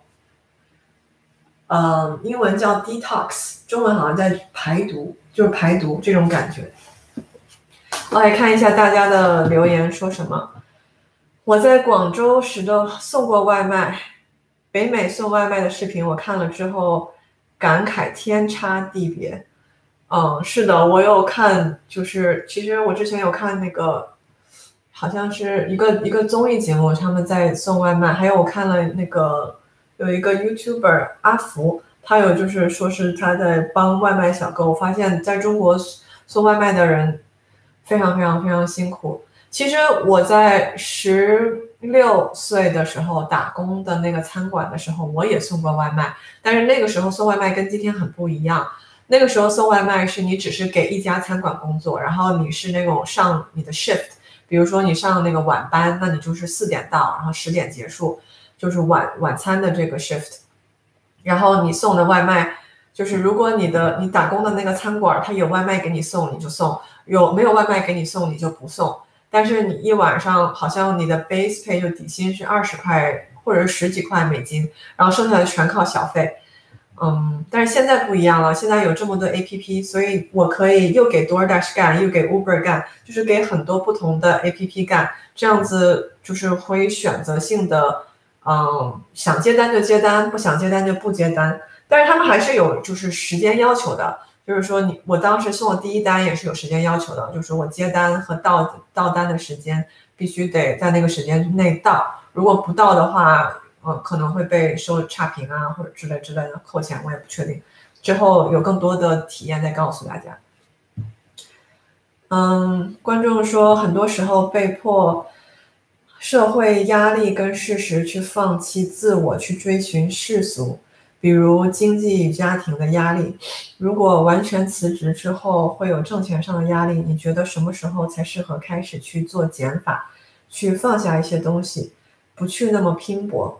S1: 英文叫 detox， 中文好像在排毒，就是排毒这种感觉。我来看一下大家的留言说什么。我在广州时都送过外卖，北美送外卖的视频我看了之后，感慨天差地别。是的，我有看，就是其实我之前有看那个，好像是一个综艺节目，他们在送外卖，还有我看了那个。有一个 YouTuber 阿福，他有就是说是他在帮外卖小哥。我发现在中国送外卖的人非常非常非常辛苦。其实我在16岁的时候打工的那个餐馆的时候，我也送过外卖，但是那个时候送外卖跟今天很不一样。那个时候送外卖是你只是给一家餐馆工作，然后你是那种上你的 shift， 比如说你上那个晚班，那你就是4点到，然后10点结束。就是晚餐的这个 shift， 然后你送的外卖就是如果你打工的那个餐馆它有外卖给你送，你就送；没有外卖给你送，你就不送。但是你一晚上好像你的 base pay 就底薪是20块或者是10几块美金，然后剩下的全靠小费。但是现在不一样了，现在有这么多 APP， 所以我可以又给 DoorDash 干，又给 Uber 干，就是给很多不同的 APP 干，这样子就是会选择性的，想接单就接单，不想接单就不接单。但是他们还是有就是时间要求的，就是说我当时送的第一单也是有时间要求的，就是我接单和到单的时间必须得在那个时间内到，如果不到的话。可能会被收差评啊，或者之类的扣钱，我也不确定。之后有更多的体验再告诉大家。观众说，很多时候被迫社会压力跟事实去放弃自我，去追寻世俗，比如经济与家庭的压力。如果完全辞职之后会有挣钱上的压力，你觉得什么时候才适合开始去做减法，去放下一些东西，不去那么拼搏？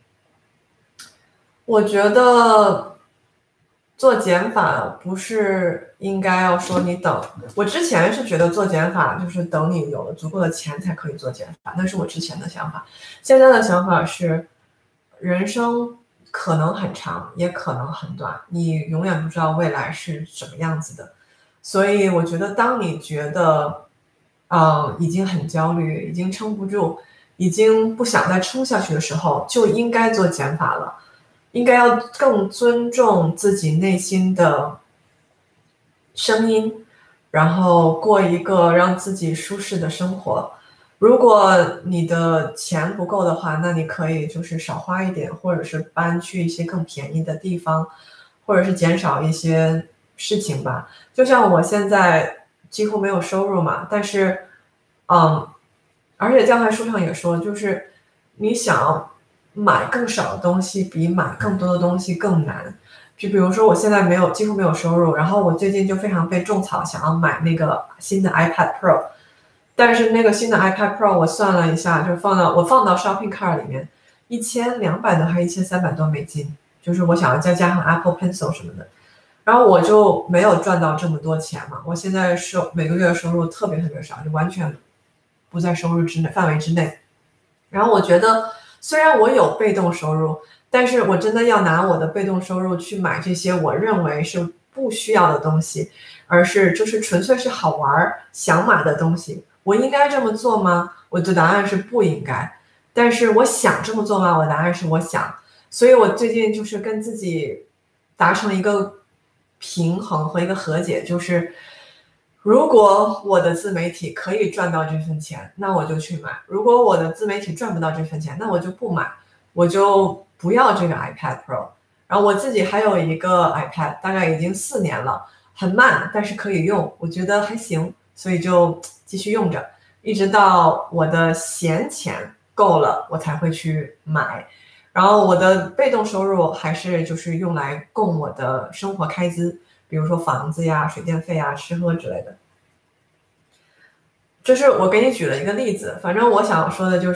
S1: 我觉得做减法不是应该要说你等，我之前是觉得做减法就是等你有了足够的钱才可以做减法，那是我之前的想法。现在的想法是，人生可能很长，也可能很短，你永远不知道未来是什么样子的。所以我觉得当你觉得已经很焦虑，已经撑不住，已经不想再撑下去的时候，就应该做减法了。应该要更尊重自己内心的声音，然后过一个让自己舒适的生活。如果你的钱不够的话，那你可以就是少花一点，或者是搬去一些更便宜的地方，或者是减少一些事情吧。就像我现在几乎没有收入嘛，但是而且教材书上也说，就是你想买更少的东西比买更多的东西更难。就比如说我现在几乎没有收入，然后我最近就非常被种草，想要买那个新的 iPad Pro， 但是那个新的 iPad Pro 我算了一下，就放到 shopping cart 里面1200多还是1300多美金，就是我想要再加上 Apple Pencil 什么的，然后我就没有赚到这么多钱嘛。我现在每个月收入特别特别少，就完全不在收入范围之内。然后我觉得虽然我有被动收入，但是我真的要拿我的被动收入去买这些我认为是不需要的东西，而是就是纯粹是好玩想买的东西，我应该这么做吗？我的答案是不应该。但是我想这么做吗？我的答案是我想。所以我最近就是跟自己达成一个平衡和一个和解，就是如果我的自媒体可以赚到这份钱，那我就去买；如果我的自媒体赚不到这份钱，那我就不买，我就不要这个 iPad Pro。然后我自己还有一个 iPad， 大概已经4年了，很慢，但是可以用，我觉得还行，所以就继续用着，一直到我的闲钱够了，我才会去买。然后我的被动收入还是就是用来供我的生活开支，比如说房子呀、水电费呀、吃喝之类的。这是我给你举了一个例子，反正我想说的就是，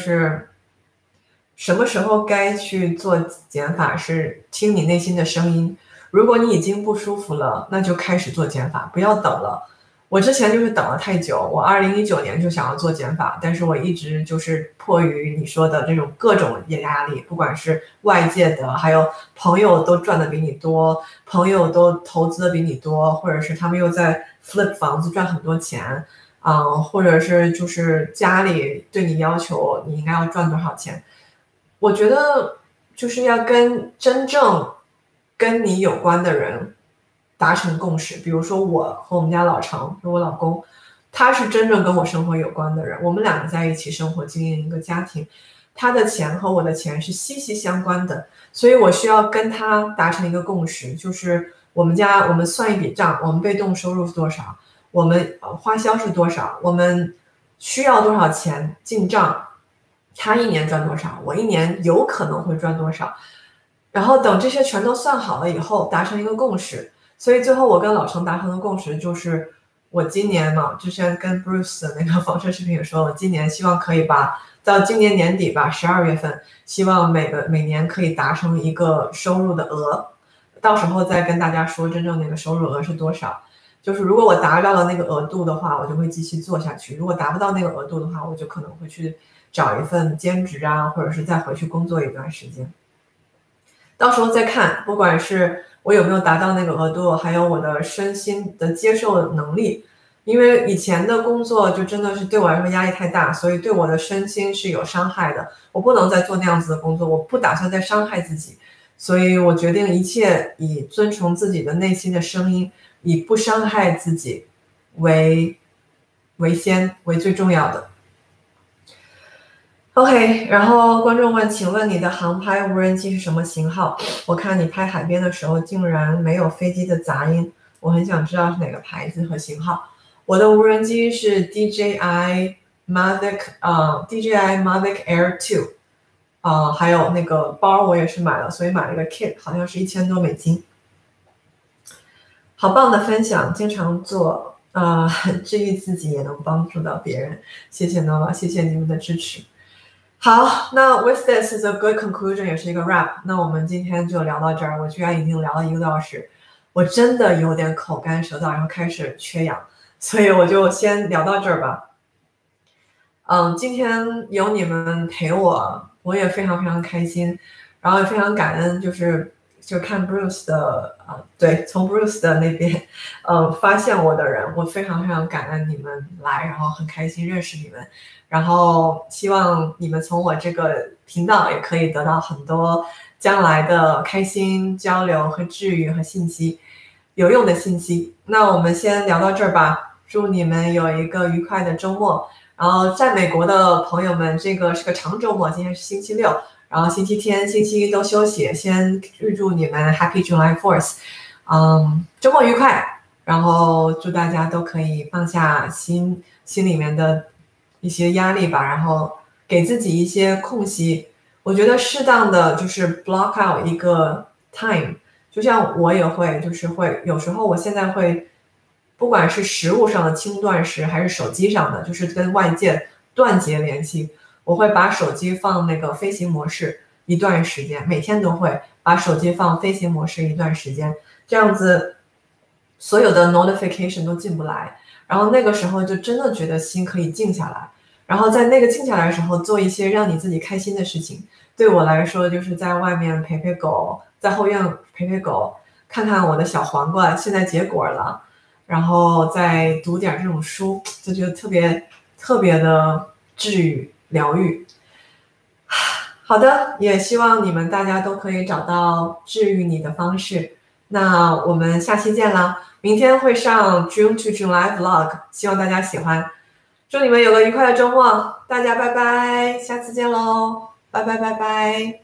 S1: 什么时候该去做减法是听你内心的声音。如果你已经不舒服了，那就开始做减法，不要等了。我之前就是等了太久，我2019年就想要做减法，但是我一直就是迫于你说的这种各种压力，不管是外界的，还有朋友都赚的比你多，朋友都投资的比你多，或者是他们又在 flip 房子赚很多钱，或者是就是家里对你要求你应该要赚多少钱。我觉得就是要跟真正跟你有关的人达成共识，比如说我和我们家老程，就我老公，他是真正跟我生活有关的人，我们两个在一起生活，经营一个家庭，他的钱和我的钱是息息相关的，所以我需要跟他达成一个共识，就是我们算一笔账，我们被动收入是多少，我们花销是多少，我们需要多少钱进账，他一年赚多少，我一年有可能会赚多少，然后等这些全都算好了以后，达成一个共识。所以最后我跟老程达成的共识就是，我今年嘛，之前跟 Bruce 的那个房车视频也说，我今年希望可以到今年年底吧，12月份，希望每年可以达成一个收入的额， 到时候再跟大家说真正那个收入额是多少。就是如果我达到了那个额度的话，我就会继续做下去；如果达不到那个额度的话，我就可能会去找一份兼职啊，或者是再回去工作一段时间。到时候再看，不管是我有没有达到那个额度，还有我的身心的接受能力。因为以前的工作就真的是对我来说压力太大，所以对我的身心是有伤害的。我不能再做那样子的工作，我不打算再伤害自己，所以我决定一切以遵从自己的内心的声音，以不伤害自己为先，为最重要的。OK， 然后观众问，请问你的航拍无人机是什么型号？我看你拍海边的时候竟然没有飞机的杂音，我很想知道是哪个牌子和型号。我的无人机是 DJI Mavic Air 2，还有那个包我也是买了，所以买了个 kit， 好像是$1000多。好棒的分享，经常做，治愈自己也能帮助到别人。谢谢 Nova， 谢谢你们的支持。好，那 with this is a good conclusion， 也是一个 wrap。那我们今天就聊到这儿，我居然已经聊了1个多小时，我真的有点口干舌燥，然后开始缺氧，所以我就先聊到这儿吧。今天有你们陪我，我也非常非常开心，然后也非常感恩，就看 Bruce 的对，从 Bruce 的那边发现我的人，我非常非常感恩你们来，然后很开心认识你们，然后希望你们从我这个频道也可以得到很多将来的开心交流和治愈和信息，有用的信息。那我们先聊到这儿吧，祝你们有一个愉快的周末。然后在美国的朋友们，这个是个长周末，今天是星期六，然后星期天、星期一都休息。先预祝你们 Happy July 4th， 周末愉快。然后祝大家都可以放下心里面的一些压力吧，然后给自己一些空隙。我觉得适当的就是 block out 一个 time， 就像我也会，就是会有时候我现在会。不管是食物上的轻断食，还是手机上的，就是跟外界断绝联系，我会把手机放那个飞行模式一段时间，每天都会把手机放飞行模式一段时间，这样子所有的 notification 都进不来，然后那个时候就真的觉得心可以静下来，然后在那个静下来的时候做一些让你自己开心的事情。对我来说，就是在外面陪陪狗，在后院陪陪狗，看看我的小黄瓜现在结果了。然后再读点这种书，就觉得特别特别的治愈疗愈。好的，也希望你们大家都可以找到治愈你的方式。那我们下期见啦！明天会上 June to July vlog， 希望大家喜欢。祝你们有个愉快的周末，大家拜拜，下次见喽，拜拜拜拜。